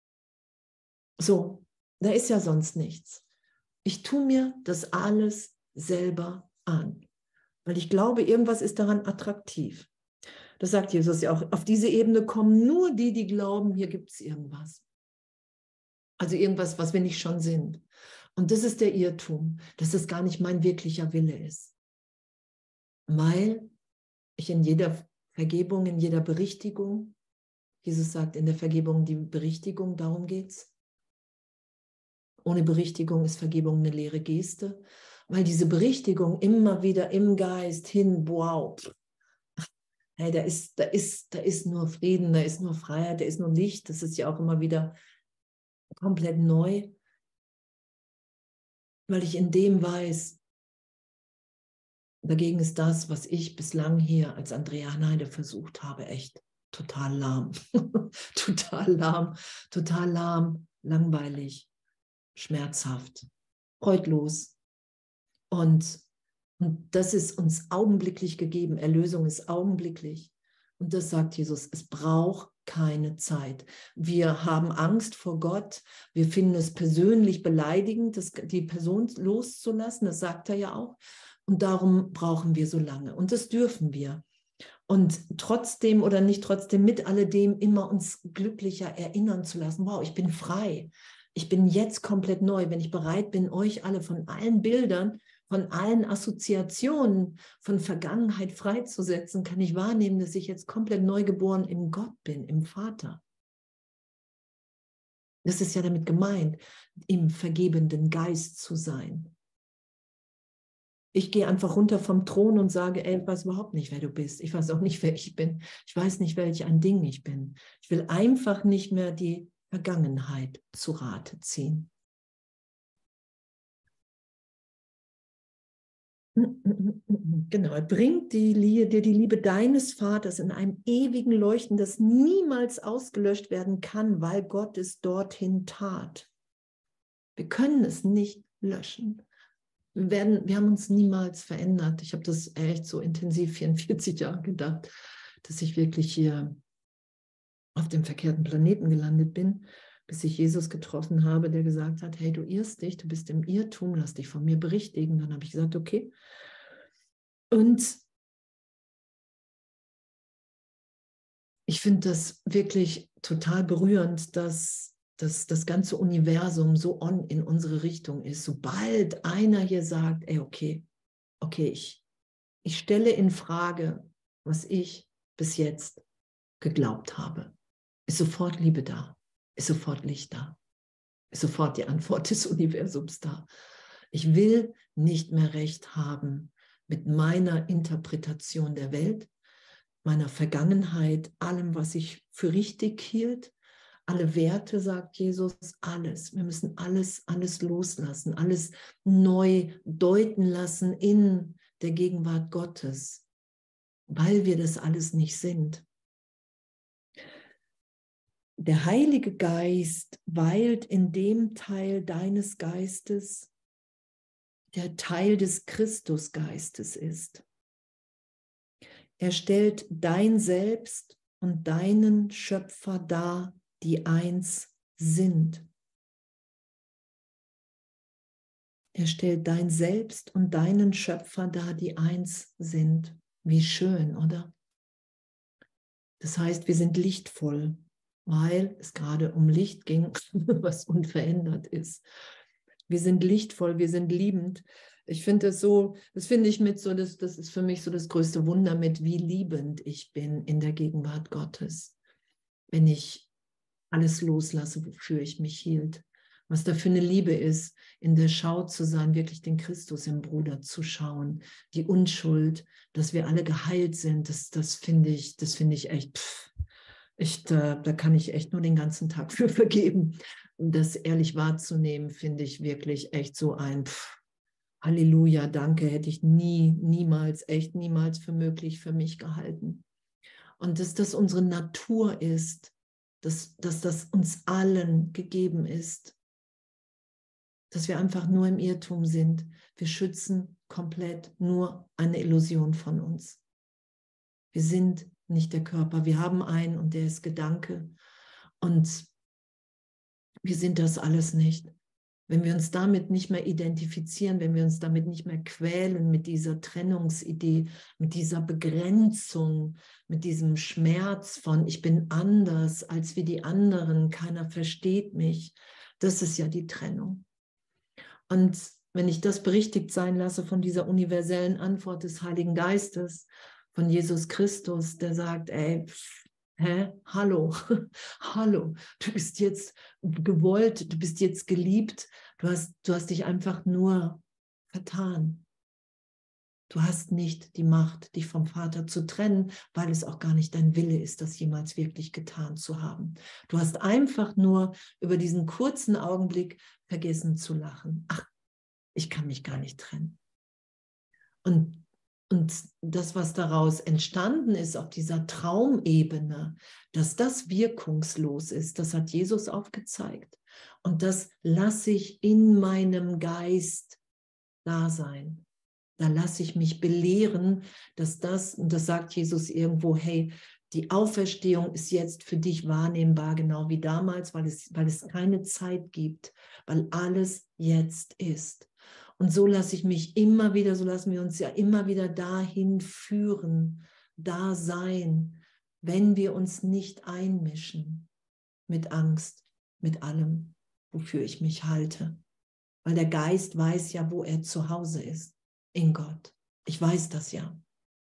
So, da ist ja sonst nichts. Ich tue mir das alles selber an, weil ich glaube, irgendwas ist daran attraktiv. Das sagt Jesus ja auch, auf diese Ebene kommen nur die, die glauben, hier gibt es irgendwas. Also irgendwas, was wir nicht schon sind. Und das ist der Irrtum, dass das gar nicht mein wirklicher Wille ist. Weil ich in jeder Vergebung, in jeder Berichtigung, Jesus sagt in der Vergebung die Berichtigung, darum geht es. Ohne Berichtigung ist Vergebung eine leere Geste, weil diese Berichtigung immer wieder im Geist hin, wow, hey, da ist, da ist, da ist nur Frieden, da ist nur Freiheit, da ist nur Licht, das ist ja auch immer wieder komplett neu, weil ich in dem weiß, dagegen ist das, was ich bislang hier als Andrea Hanheide versucht habe, echt total lahm, total lahm, total lahm, langweilig, schmerzhaft, freudlos. Und, und das ist uns augenblicklich gegeben. Erlösung ist augenblicklich. Und das sagt Jesus, es braucht keine Zeit. Wir haben Angst vor Gott. Wir finden es persönlich beleidigend, das, die Person loszulassen. Das sagt er ja auch. Und darum brauchen wir so lange. Und das dürfen wir. Und trotzdem oder nicht trotzdem, mit alledem immer uns glücklicher erinnern zu lassen. Wow, ich bin frei. Ich bin jetzt komplett neu. Wenn ich bereit bin, euch alle von allen Bildern, von allen Assoziationen von Vergangenheit freizusetzen, kann ich wahrnehmen, dass ich jetzt komplett neu geboren im Gott bin, im Vater. Das ist ja damit gemeint, im vergebenden Geist zu sein. Ich gehe einfach runter vom Thron und sage, ey, ich weiß überhaupt nicht, wer du bist. Ich weiß auch nicht, wer ich bin. Ich weiß nicht, welch ein Ding ich bin. Ich will einfach nicht mehr die Vergangenheit zu Rate ziehen. Genau, er bringt die, dir die Liebe deines Vaters in einem ewigen Leuchten, das niemals ausgelöscht werden kann, weil Gott es dorthin tat. Wir können es nicht löschen. Wir, werden, wir haben uns niemals verändert. Ich habe das echt so intensiv vierundvierzig Jahre gedacht, dass ich wirklich hier auf dem verkehrten Planeten gelandet bin, bis ich Jesus getroffen habe, der gesagt hat, hey, du irrst dich, du bist im Irrtum, lass dich von mir berichtigen. Dann habe ich gesagt, okay. Und ich finde das wirklich total berührend, dass, dass das ganze Universum so on in unsere Richtung ist. Sobald einer hier sagt, ey, okay, okay, ich, ich stelle in Frage, was ich bis jetzt geglaubt habe, ist sofort Liebe da, ist sofort Licht da, ist sofort die Antwort des Universums da. Ich will nicht mehr recht haben mit meiner Interpretation der Welt, meiner Vergangenheit, allem, was ich für richtig hielt, alle Werte, sagt Jesus, alles. Wir müssen alles, alles loslassen, alles neu deuten lassen in der Gegenwart Gottes, weil wir das alles nicht sind. Der Heilige Geist weilt in dem Teil deines Geistes, der Teil des Christusgeistes ist. Er stellt dein Selbst und deinen Schöpfer dar, die eins sind. Er stellt dein Selbst und deinen Schöpfer dar, die eins sind. Wie schön, oder? Das heißt, wir sind lichtvoll, weil es gerade um Licht ging, was unverändert ist. Wir sind lichtvoll, wir sind liebend. Ich finde das so, das finde ich mit so, das, das ist für mich so das größte Wunder mit, wie liebend ich bin in der Gegenwart Gottes. Wenn ich alles loslasse, wofür ich mich hielt. Was da für eine Liebe ist, in der Schau zu sein, wirklich den Christus im Bruder zu schauen. Die Unschuld, dass wir alle geheilt sind, das, das finde ich, das finde ich echt, pff, ich, da, da kann ich echt nur den ganzen Tag für vergeben. Um das ehrlich wahrzunehmen, finde ich wirklich echt so ein pff, Halleluja, danke, hätte ich nie, niemals, echt niemals für möglich für mich gehalten. Und dass das unsere Natur ist, dass, dass das uns allen gegeben ist, dass wir einfach nur im Irrtum sind. Wir schützen komplett nur eine Illusion von uns. Wir sind nicht der Körper, wir haben einen und der ist Gedanke und wir sind das alles nicht. Wenn wir uns damit nicht mehr identifizieren, wenn wir uns damit nicht mehr quälen mit dieser Trennungsidee, mit dieser Begrenzung, mit diesem Schmerz von ich bin anders als wie die anderen, keiner versteht mich, das ist ja die Trennung. Und wenn ich das berichtigt sein lasse von dieser universellen Antwort des Heiligen Geistes, von Jesus Christus, der sagt, ey, pff, hä, hallo, hallo, du bist jetzt gewollt, du bist jetzt geliebt, du hast, du hast dich einfach nur vertan. Du hast nicht die Macht, dich vom Vater zu trennen, weil es auch gar nicht dein Wille ist, das jemals wirklich getan zu haben. Du hast einfach nur über diesen kurzen Augenblick vergessen zu lachen. Ach, ich kann mich gar nicht trennen. Und, und das, was daraus entstanden ist auf dieser Traumebene, dass das wirkungslos ist, das hat Jesus aufgezeigt. Und das lasse ich in meinem Geist da sein. Da lasse ich mich belehren, dass das, und das sagt Jesus irgendwo, hey, Die Auferstehung ist jetzt für dich wahrnehmbar, genau wie damals, weil es, weil es keine Zeit gibt, weil alles jetzt ist. Und so lasse ich mich immer wieder, so lassen wir uns ja immer wieder dahin führen, da sein, wenn wir uns nicht einmischen mit Angst, mit allem, wofür ich mich halte. Weil der Geist weiß ja, wo er zu Hause ist, in Gott. Ich weiß das ja.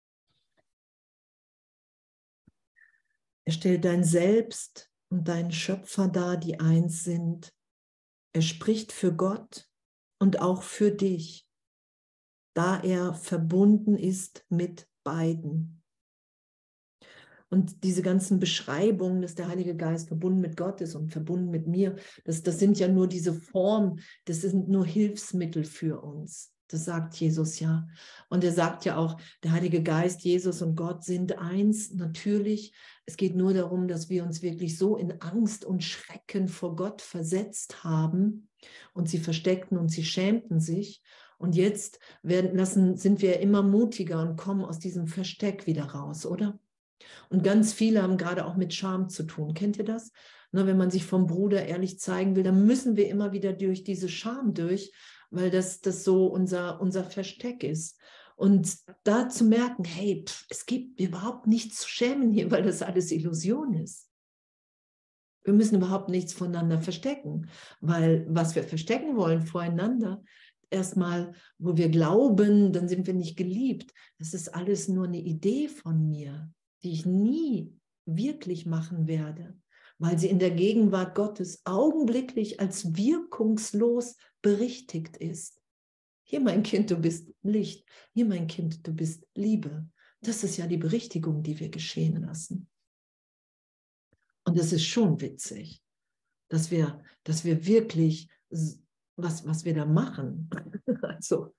Er stellt dein Selbst und deinen Schöpfer dar, die eins sind. Er spricht für Gott und auch für dich, da er verbunden ist mit beiden. Und diese ganzen Beschreibungen, dass der Heilige Geist verbunden mit Gott ist und verbunden mit mir, das, das sind ja nur diese Formen, das sind nur Hilfsmittel für uns. Das sagt Jesus ja. Und er sagt ja auch, der Heilige Geist, Jesus und Gott sind eins, natürlich. Es geht nur darum, dass wir uns wirklich so in Angst und Schrecken vor Gott versetzt haben und sie versteckten und sie schämten sich. Und jetzt werden lassen, sind wir immer mutiger und kommen aus diesem Versteck wieder raus, oder? Und ganz viele haben gerade auch mit Scham zu tun. Kennt ihr das? Na, wenn man sich vom Bruder ehrlich zeigen will, dann müssen wir immer wieder durch diese Scham durch, weil das, das so unser, unser Versteck ist. Und da zu merken, hey, pff, es gibt überhaupt nichts zu schämen hier, weil das alles Illusion ist. Wir müssen überhaupt nichts voneinander verstecken, weil was wir verstecken wollen voreinander, erstmal, wo wir glauben, dann sind wir nicht geliebt. Das ist alles nur eine Idee von mir, die ich nie wirklich machen werde, weil sie in der Gegenwart Gottes augenblicklich als wirkungslos berichtigt ist. Hier, mein Kind, du bist Licht. Hier, mein Kind, du bist Liebe. Das ist ja die Berichtigung, die wir geschehen lassen. Und es ist schon witzig, dass wir, dass wir wirklich, was, was wir da machen, also,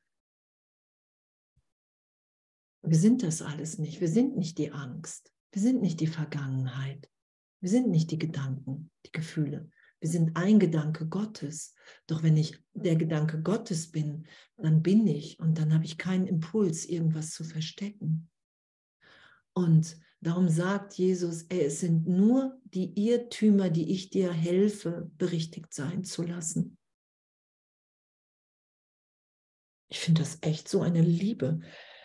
wir sind das alles nicht. Wir sind nicht die Angst. Wir sind nicht die Vergangenheit. Wir sind nicht die Gedanken, die Gefühle. Wir sind ein Gedanke Gottes. Doch wenn ich der Gedanke Gottes bin, dann bin ich und dann habe ich keinen Impuls, irgendwas zu verstecken. Und darum sagt Jesus, ey, es sind nur die Irrtümer, die ich dir helfe, berichtigt sein zu lassen. Ich finde das echt so eine Liebe.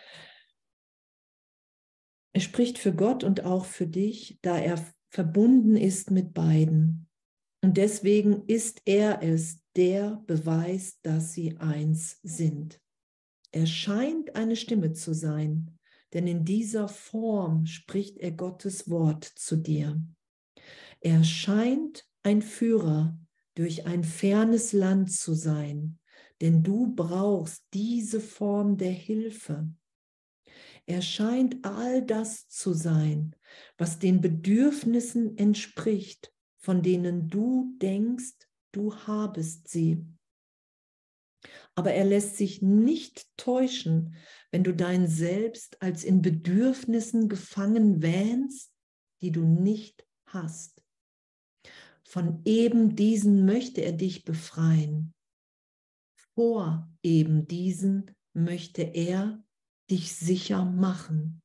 Er spricht für Gott und auch für dich, da er verbunden ist mit beiden. Und deswegen ist er es, der beweist, dass sie eins sind. Er scheint eine Stimme zu sein, denn in dieser Form spricht er Gottes Wort zu dir. Er scheint ein Führer durch ein fernes Land zu sein, denn du brauchst diese Form der Hilfe. Er scheint all das zu sein, was den Bedürfnissen entspricht, von denen du denkst, du habest sie. Aber er lässt sich nicht täuschen, wenn du dein Selbst als in Bedürfnissen gefangen wähnst, die du nicht hast. Von eben diesen möchte er dich befreien. Vor eben diesen möchte er dich sicher machen.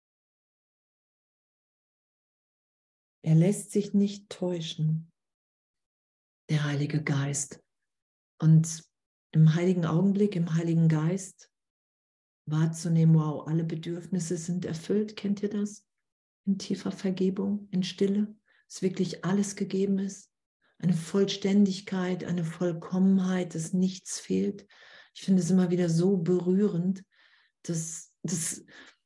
Er lässt sich nicht täuschen, der Heilige Geist. Und im heiligen Augenblick, im Heiligen Geist wahrzunehmen, wow, alle Bedürfnisse sind erfüllt. Kennt ihr das? In tiefer Vergebung, in Stille, dass wirklich alles gegeben ist. Eine Vollständigkeit, eine Vollkommenheit, dass nichts fehlt. Ich finde es immer wieder so berührend, dass, dass,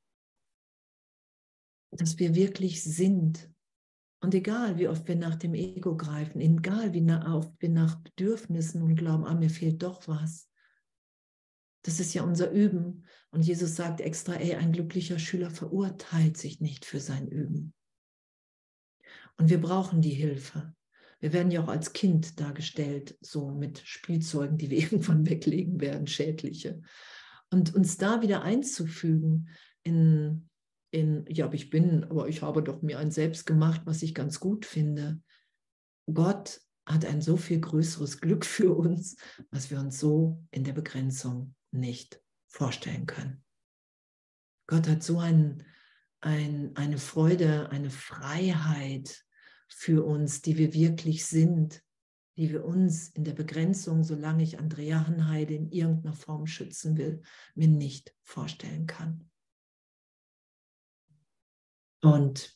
dass wir wirklich sind. Und egal, wie oft wir nach dem Ego greifen, egal, wie oft wir nach Bedürfnissen und glauben, ah, mir fehlt doch was. Das ist ja unser Üben. Und Jesus sagt extra, ey, ein glücklicher Schüler verurteilt sich nicht für sein Üben. Und wir brauchen die Hilfe. Wir werden ja auch als Kind dargestellt, so mit Spielzeugen, die wir irgendwann weglegen werden, schädliche. Und uns da wieder einzufügen in, in, ja, aber ich bin, aber ich habe doch mir ein Selbst gemacht, was ich ganz gut finde. Gott hat ein so viel größeres Glück für uns, was wir uns so in der Begrenzung nicht vorstellen können. Gott hat so einen, ein, eine Freude, eine Freiheit für uns, die wir wirklich sind, die wir uns in der Begrenzung, solange ich Andrea Hanheide in irgendeiner Form schützen will, mir nicht vorstellen kann. Und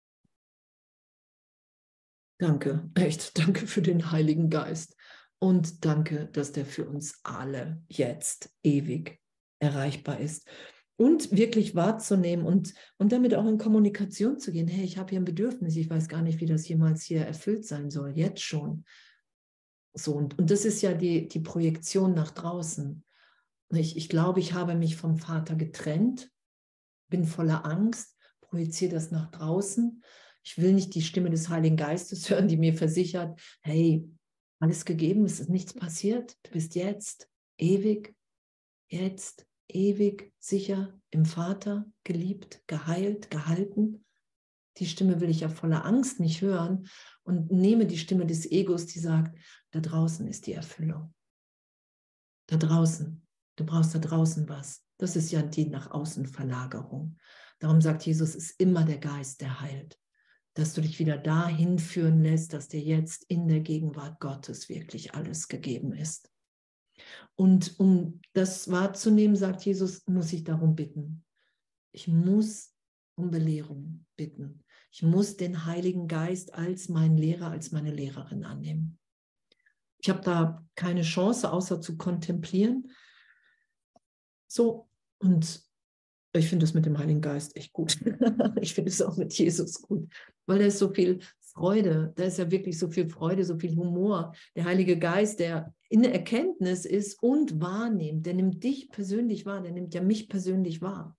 danke, echt, danke für den Heiligen Geist. Und danke, dass der für uns alle jetzt ewig erreichbar ist. Und wirklich wahrzunehmen und, und damit auch in Kommunikation zu gehen. Hey, ich habe hier ein Bedürfnis, ich weiß gar nicht, wie das jemals hier erfüllt sein soll, jetzt schon. So, und, und das ist ja die, die Projektion nach draußen. Ich, ich glaube, ich habe mich vom Vater getrennt, bin voller Angst, projiziere das nach draußen. Ich will nicht die Stimme des Heiligen Geistes hören, die mir versichert, hey, alles gegeben, es ist nichts passiert, du bist jetzt ewig, jetzt ewig sicher im Vater, geliebt, geheilt, gehalten. Die Stimme will ich ja voller Angst nicht hören und nehme die Stimme des Egos, die sagt, da draußen ist die Erfüllung. Da draußen, du brauchst da draußen was. Das ist ja die nach außen Verlagerung. Darum sagt Jesus, es ist immer der Geist, der heilt. Dass du dich wieder dahin führen lässt, dass dir jetzt in der Gegenwart Gottes wirklich alles gegeben ist. Und um das wahrzunehmen, sagt Jesus, muss ich darum bitten. Ich muss um Belehrung bitten. Ich muss den Heiligen Geist als meinen Lehrer, als meine Lehrerin annehmen. Ich habe da keine Chance, außer zu kontemplieren. So, und ich finde das mit dem Heiligen Geist echt gut. Ich finde es auch mit Jesus gut, weil da ist so viel Freude, da ist ja wirklich so viel Freude, so viel Humor. Der Heilige Geist, der in der Erkenntnis ist und wahrnimmt, der nimmt dich persönlich wahr, der nimmt ja mich persönlich wahr.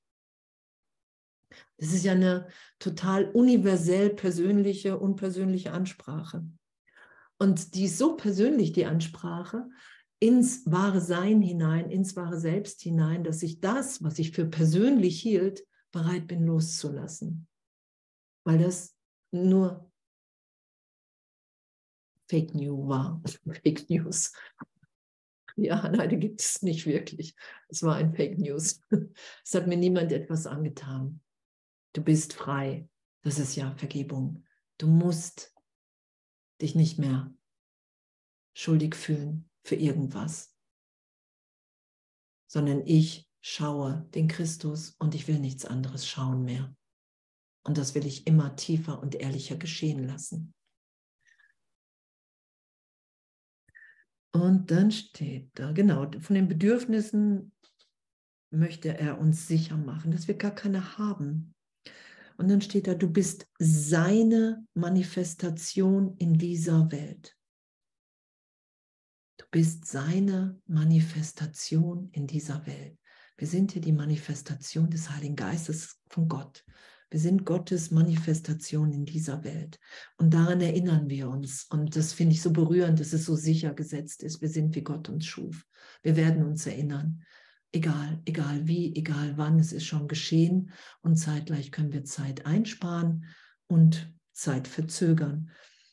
Das ist ja eine total universell persönliche, unpersönliche Ansprache. Und die ist so persönlich, die Ansprache, ins wahre Sein hinein, ins wahre Selbst hinein, dass ich das, was ich für persönlich hielt, bereit bin loszulassen. Weil das nur Fake News war. Fake News. Ja, nein, die gibt es nicht wirklich. Es war ein Fake News. Es hat mir niemand etwas angetan. Du bist frei. Das ist ja Vergebung. Du musst dich nicht mehr schuldig fühlen für irgendwas, sondern ich schaue den Christus und ich will nichts anderes schauen mehr. Und das will ich immer tiefer und ehrlicher geschehen lassen. Und dann steht da, genau, von den Bedürfnissen möchte er uns sicher machen, dass wir gar keine haben. Und dann steht da, du bist seine Manifestation in dieser Welt. Du bist seine Manifestation in dieser Welt. Wir sind hier die Manifestation des Heiligen Geistes von Gott. Wir sind Gottes Manifestation in dieser Welt. Und daran erinnern wir uns. Und das finde ich so berührend, dass es so sicher gesetzt ist. Wir sind, wie Gott uns schuf. Wir werden uns erinnern. Egal, egal wie, egal wann, es ist schon geschehen. Und zeitgleich können wir Zeit einsparen und Zeit verzögern.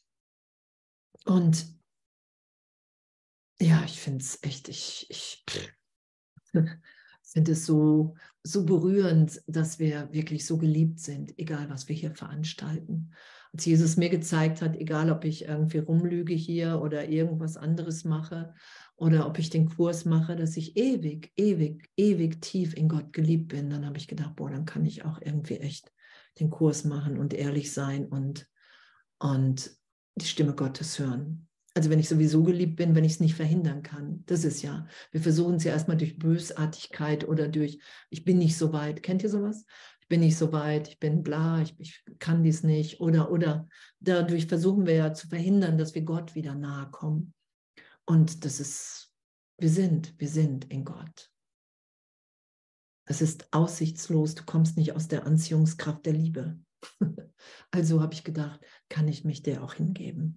Und ja, ich finde es echt, ich, ich finde es so, so berührend, dass wir wirklich so geliebt sind, egal was wir hier veranstalten. Als Jesus mir gezeigt hat, egal ob ich irgendwie rumlüge hier oder irgendwas anderes mache oder ob ich den Kurs mache, dass ich ewig, ewig, ewig tief in Gott geliebt bin, dann habe ich gedacht, boah, dann kann ich auch irgendwie echt den Kurs machen und ehrlich sein und, und die Stimme Gottes hören. Also wenn ich sowieso geliebt bin, wenn ich es nicht verhindern kann. Das ist ja, wir versuchen es ja erstmal durch Bösartigkeit oder durch, ich bin nicht so weit. Kennt ihr sowas? Ich bin nicht so weit, ich bin bla, ich, ich kann dies nicht. Oder, oder dadurch versuchen wir ja zu verhindern, dass wir Gott wieder nahe kommen. Und das ist, wir sind, wir sind in Gott. Es ist aussichtslos, du kommst nicht aus der Anziehungskraft der Liebe. Also habe ich gedacht, kann ich mich der auch hingeben.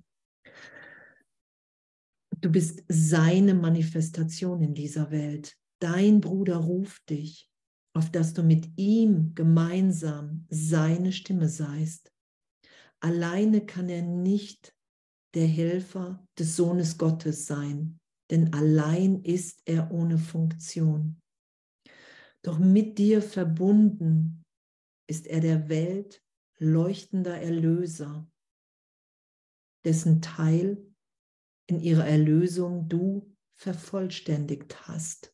Du bist seine Manifestation in dieser Welt. Dein Bruder ruft dich, auf dass du mit ihm gemeinsam seine Stimme seist. Alleine kann er nicht der Helfer des Sohnes Gottes sein, denn allein ist er ohne Funktion. Doch mit dir verbunden ist er der Welt leuchtender Erlöser, dessen Teil in ihrer Erlösung du vervollständigt hast.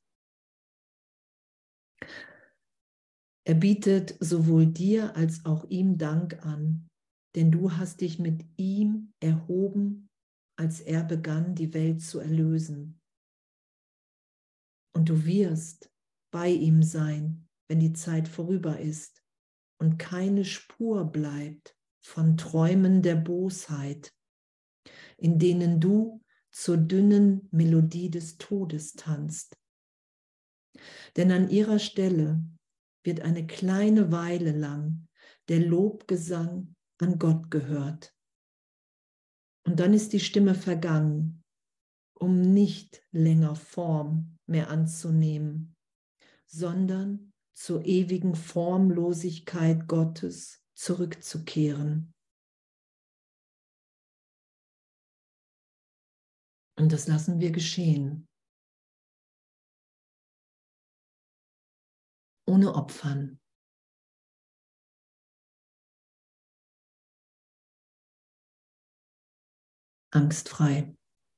Er bietet sowohl dir als auch ihm Dank an, denn du hast dich mit ihm erhoben, als er begann, die Welt zu erlösen. Und du wirst bei ihm sein, wenn die Zeit vorüber ist und keine Spur bleibt von Träumen der Bosheit, in denen du zur dünnen Melodie des Todes tanzt. Denn an ihrer Stelle wird eine kleine Weile lang der Lobgesang an Gott gehört. Und dann ist die Stimme vergangen, um nicht länger Form mehr anzunehmen, sondern zur ewigen Formlosigkeit Gottes zurückzukehren. Und das lassen wir geschehen. Ohne Opfern. Angstfrei.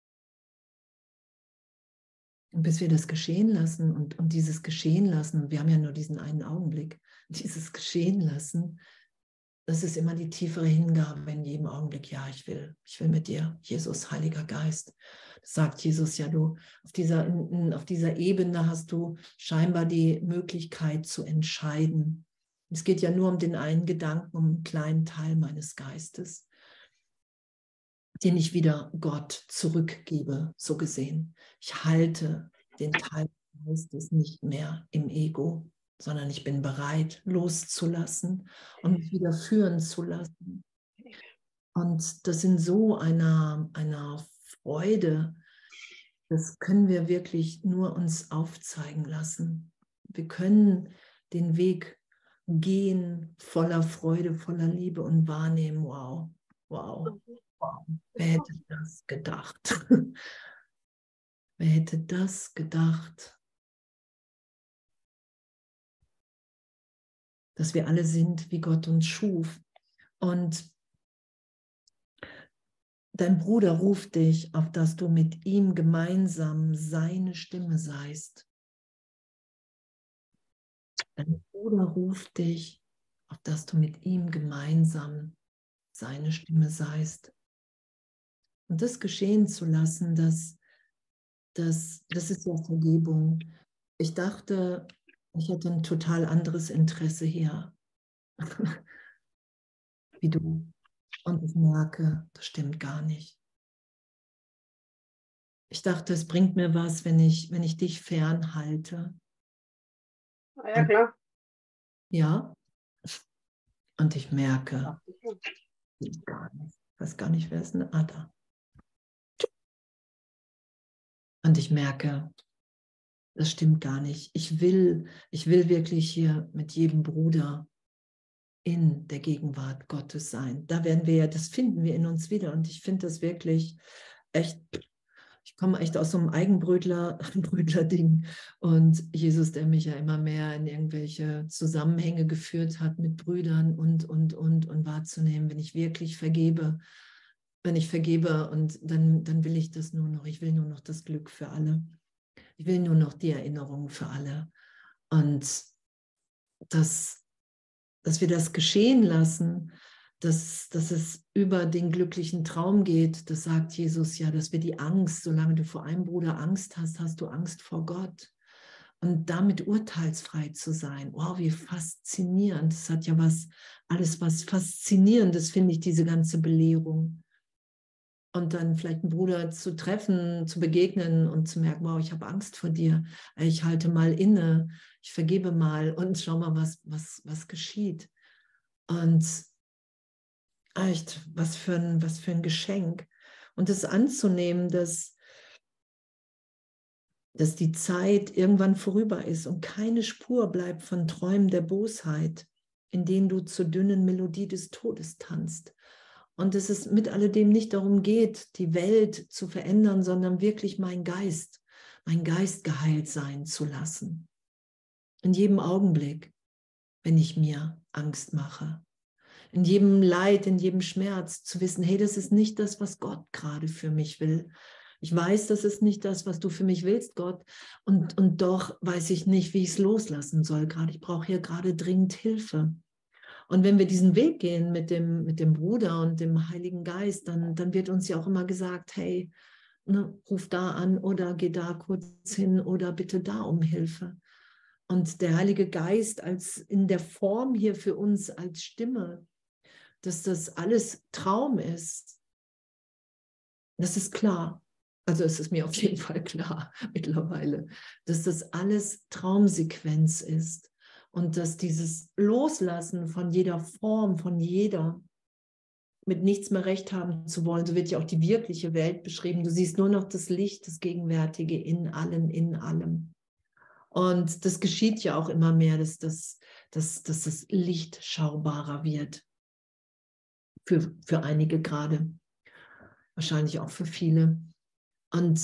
Und bis wir das geschehen lassen und, und dieses geschehen lassen, wir haben ja nur diesen einen Augenblick, dieses geschehen lassen, das ist immer die tiefere Hingabe in jedem Augenblick. Ja, ich will, ich will mit dir, Jesus, Heiliger Geist. Das sagt Jesus ja, du, auf dieser, auf dieser Ebene hast du scheinbar die Möglichkeit zu entscheiden. Es geht ja nur um den einen Gedanken, um einen kleinen Teil meines Geistes, den ich wieder Gott zurückgebe, so gesehen. Ich halte den Teil des Geistes nicht mehr im Ego, sondern ich bin bereit, loszulassen und mich wieder führen zu lassen. Und das in so einer, einer Freude, das können wir wirklich nur uns aufzeigen lassen. Wir können den Weg gehen voller Freude, voller Liebe und wahrnehmen, wow, wow, wow. Wer hätte das gedacht? Wer hätte das gedacht? Dass wir alle sind, wie Gott uns schuf. Und dein Bruder ruft dich, auf dass du mit ihm gemeinsam seine Stimme seist. Dein Bruder ruft dich, auf dass du mit ihm gemeinsam seine Stimme seist. Und das geschehen zu lassen, das, das, das ist ja Vergebung. Ich dachte, ich hätte ein total anderes Interesse hier, wie du. Und ich merke, das stimmt gar nicht. Ich dachte, es bringt mir was, wenn ich, wenn ich dich fernhalte. Ja, klar. Ja. Und ich merke, ich gar nicht. Ich weiß gar nicht, wer ist ein Ada. Und ich merke, das stimmt gar nicht. Ich will, ich will wirklich hier mit jedem Bruder in der Gegenwart Gottes sein. Da werden wir ja, das finden wir in uns wieder. Und ich finde das wirklich echt, ich komme echt aus so einem Eigenbrötler, Brötler-Ding. Und Jesus, der mich ja immer mehr in irgendwelche Zusammenhänge geführt hat mit Brüdern und, und, und, und wahrzunehmen, wenn ich wirklich vergebe, wenn ich vergebe und dann, dann will ich das nur noch, ich will nur noch das Glück für alle. Ich will nur noch die Erinnerung für alle. Und das dass wir das geschehen lassen, dass, dass es über den glücklichen Traum geht, das sagt Jesus ja, dass wir die Angst, solange du vor einem Bruder Angst hast, hast du Angst vor Gott. Und damit urteilsfrei zu sein, wow, wie faszinierend. Das hat ja was, alles was Faszinierendes, finde ich, diese ganze Belehrung. Und dann vielleicht einen Bruder zu treffen, zu begegnen und zu merken, wow, ich habe Angst vor dir. Ich halte mal inne, ich vergebe mal und schau mal, was, was, was geschieht. Und echt, was für ein, was für ein Geschenk. Und das anzunehmen, dass, dass die Zeit irgendwann vorüber ist und keine Spur bleibt von Träumen der Bosheit, in denen du zur dünnen Melodie des Todes tanzt. Und dass es mit alledem nicht darum geht, die Welt zu verändern, sondern wirklich mein Geist, mein Geist geheilt sein zu lassen. In jedem Augenblick. wenn ich mir Angst mache. In jedem Leid, in jedem Schmerz zu wissen, hey, das ist nicht das, was Gott gerade für mich will. Ich weiß, das ist nicht das, was du für mich willst, Gott. Und, und doch weiß ich nicht, wie ich es loslassen soll gerade. Ich brauche hier gerade dringend Hilfe. Und wenn wir diesen Weg gehen mit dem, mit dem Bruder und dem Heiligen Geist, dann, dann wird uns ja auch immer gesagt, hey, ne, ruf da an oder geh da kurz hin oder bitte da um Hilfe. Und der Heilige Geist als in der Form hier für uns als Stimme, dass das alles Traum ist, das ist klar. Also es ist mir auf jeden Fall klar mittlerweile, dass das alles Traumsequenz ist und dass dieses Loslassen von jeder Form, von jeder, mit nichts mehr recht haben zu wollen, so wird ja auch die wirkliche Welt beschrieben. Du siehst nur noch das Licht, das Gegenwärtige in allen, in allem. Und das geschieht ja auch immer mehr, dass das, dass, dass das Licht schaubarer wird. Für, für einige gerade. Wahrscheinlich auch für viele. Und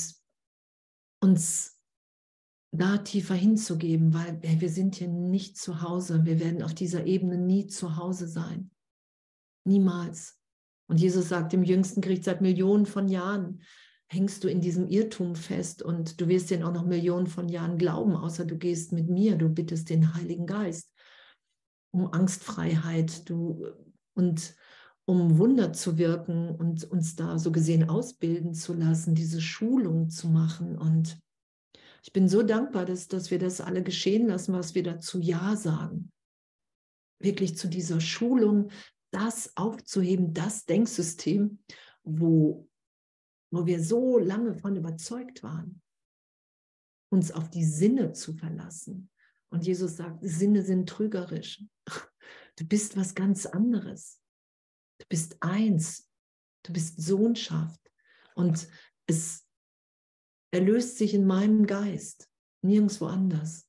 uns da tiefer hinzugeben, weil hey, wir sind hier nicht zu Hause. Wir werden auf dieser Ebene nie zu Hause sein. Niemals. Und Jesus sagt im jüngsten Gericht, seit Millionen von Jahren hängst du in diesem Irrtum fest und du wirst den auch noch Millionen von Jahren glauben, außer du gehst mit mir, du bittest den Heiligen Geist um Angstfreiheit du, und um Wunder zu wirken und uns da so gesehen ausbilden zu lassen, diese Schulung zu machen. Und ich bin so dankbar, dass, dass wir das alle geschehen lassen, was wir dazu Ja sagen. Wirklich zu dieser Schulung, das aufzuheben, das Denksystem, wo, wo wir so lange von überzeugt waren, uns auf die Sinne zu verlassen. Und Jesus sagt, Sinne sind trügerisch. Du bist was ganz anderes. Du bist eins. Du bist Sohnschaft. Und es erlöst sich in meinem Geist, nirgendwo anders.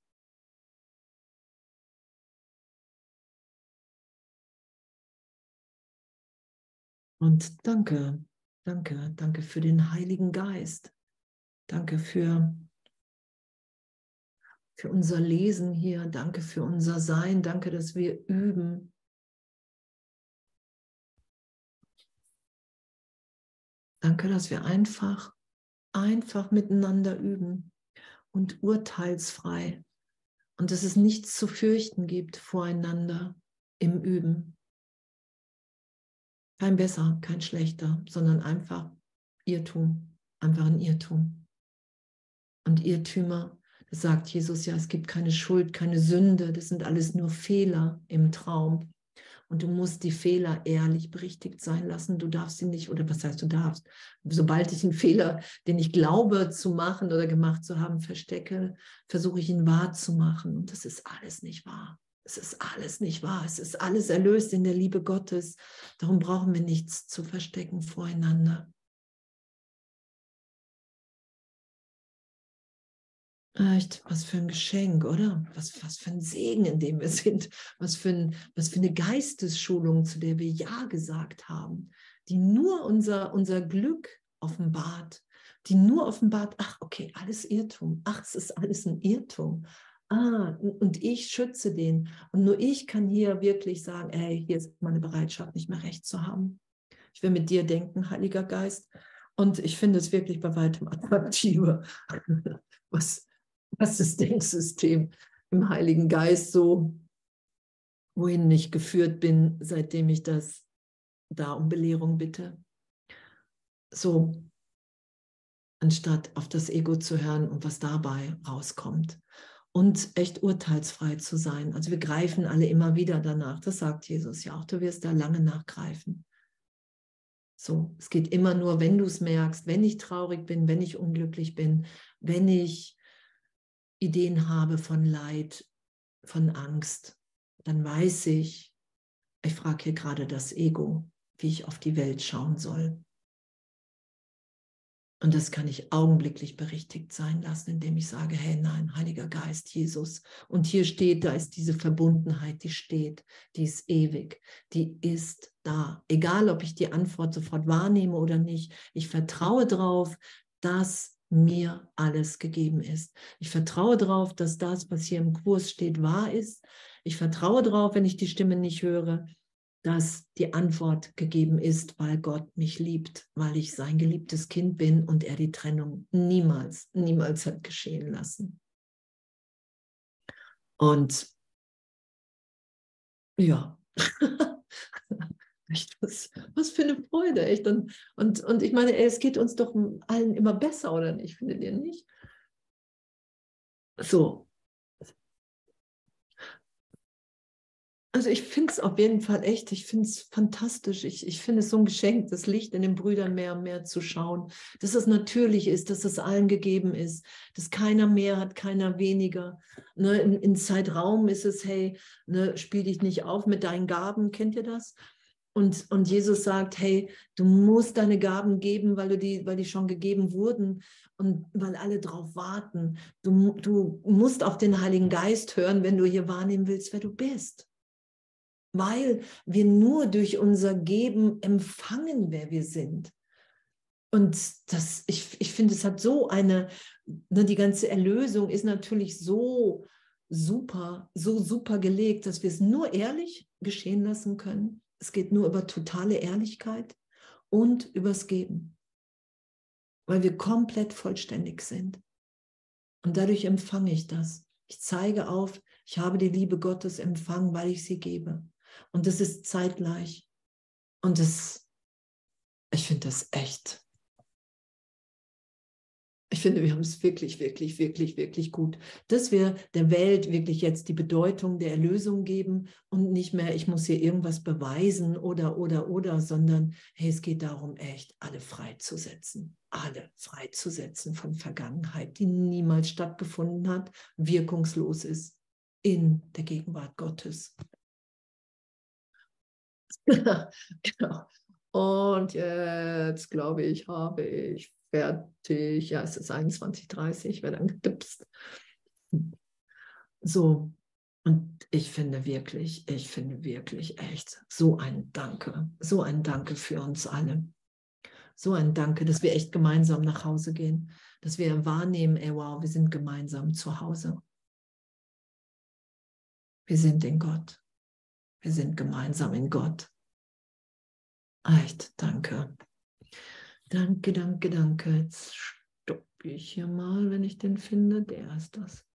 Und danke, danke, danke für den Heiligen Geist. Danke für, für unser Lesen hier. Danke für unser Sein. Danke, dass wir üben. Danke, dass wir einfach, einfach miteinander üben und urteilsfrei. Und dass es nichts zu fürchten gibt voreinander im Üben. Kein besser, kein schlechter, sondern einfach Irrtum, einfach ein Irrtum. Und Irrtümer, das sagt Jesus ja, es gibt keine Schuld, keine Sünde, das sind alles nur Fehler im Traum. Und du musst die Fehler ehrlich berichtigt sein lassen. Du darfst sie nicht, oder was heißt du darfst? Sobald ich einen Fehler, den ich glaube zu machen oder gemacht zu haben, verstecke, versuche ich ihn wahr zu machen. Und das ist alles nicht wahr. Es ist alles nicht wahr. Es ist alles erlöst in der Liebe Gottes. Darum brauchen wir nichts zu verstecken voreinander. Echt, was für ein Geschenk, oder? Was, was für ein Segen, in dem wir sind. Was für, ein, was für eine Geistesschulung, zu der wir Ja gesagt haben, die nur unser, unser Glück offenbart, die nur offenbart, ach, okay, alles Irrtum. Ach, es ist alles ein Irrtum. Ah, und ich schütze den. Und nur ich kann hier wirklich sagen, ey, hier ist meine Bereitschaft, nicht mehr recht zu haben. Ich will mit dir denken, Heiliger Geist. Und ich finde es wirklich bei weitem attraktiver, was was das Denksystem im Heiligen Geist so, wohin ich geführt bin, seitdem ich das da um Belehrung bitte. So, anstatt auf das Ego zu hören und was dabei rauskommt. Und echt urteilsfrei zu sein. Also wir greifen alle immer wieder danach. Das sagt Jesus ja auch. Du wirst da lange nachgreifen. So, es geht immer nur, wenn du es merkst, wenn ich traurig bin, wenn ich unglücklich bin, wenn ich Ideen habe von Leid, von Angst, dann weiß ich, ich frage hier gerade das Ego, wie ich auf die Welt schauen soll. Und das kann ich augenblicklich berichtigt sein lassen, indem ich sage, hey, nein, Heiliger Geist, Jesus. Und hier steht, da ist diese Verbundenheit, die steht, die ist ewig, die ist da. Egal, ob ich die Antwort sofort wahrnehme oder nicht, ich vertraue darauf, dass mir alles gegeben ist. Ich vertraue darauf, dass das, was hier im Kurs steht, wahr ist. Ich vertraue darauf, wenn ich die Stimme nicht höre, dass die Antwort gegeben ist, weil Gott mich liebt, weil ich sein geliebtes Kind bin und er die Trennung niemals, niemals hat geschehen lassen. Und ja, echt, was, was für eine Freude, echt. Und, und, und ich meine, ey, es geht uns doch allen immer besser, oder nicht? Findet ihr nicht? So. Also ich finde es auf jeden Fall echt, ich finde es fantastisch. Ich, ich finde es so ein Geschenk, das Licht in den Brüdern mehr und mehr zu schauen, dass es natürlich ist, dass es allen gegeben ist, dass keiner mehr hat, keiner weniger. Ne, in, in Zeitraum ist es, hey, ne, spiel dich nicht auf mit deinen Gaben, kennt ihr das? Und, und Jesus sagt, hey, du musst deine Gaben geben, weil, du die, weil die schon gegeben wurden und weil alle drauf warten. Du, du musst auf den Heiligen Geist hören, wenn du hier wahrnehmen willst, wer du bist. Weil wir nur durch unser Geben empfangen, wer wir sind. Und das, ich, ich finde, es hat so eine, ne, die ganze Erlösung ist natürlich so super, so super gelegt, dass wir es nur ehrlich geschehen lassen können. Es geht nur über totale Ehrlichkeit und übers Geben, weil wir komplett vollständig sind. Und dadurch empfange ich das. Ich zeige auf, ich habe die Liebe Gottes empfangen, weil ich sie gebe. Und das ist zeitgleich. Und das, ich finde das echt, ich finde, wir haben es wirklich, wirklich, wirklich, wirklich gut, dass wir der Welt wirklich jetzt die Bedeutung der Erlösung geben und nicht mehr, ich muss hier irgendwas beweisen oder, oder, oder, sondern, hey, es geht darum, echt alle freizusetzen, alle freizusetzen von Vergangenheit, die niemals stattgefunden hat, wirkungslos ist in der Gegenwart Gottes. Genau. Und jetzt, glaube ich, habe ich fertig. Ja, es ist einundzwanzig Uhr dreißig, ich werde dann gedipst. So, und ich finde wirklich, ich finde wirklich echt so ein Danke, so ein Danke für uns alle. So ein Danke, dass wir echt gemeinsam nach Hause gehen, dass wir wahrnehmen, ey, wow, wir sind gemeinsam zu Hause. Wir sind in Gott. Wir sind gemeinsam in Gott. Echt, danke. Danke, danke, danke. Jetzt stoppe ich hier mal, wenn ich den finde. Der ist das.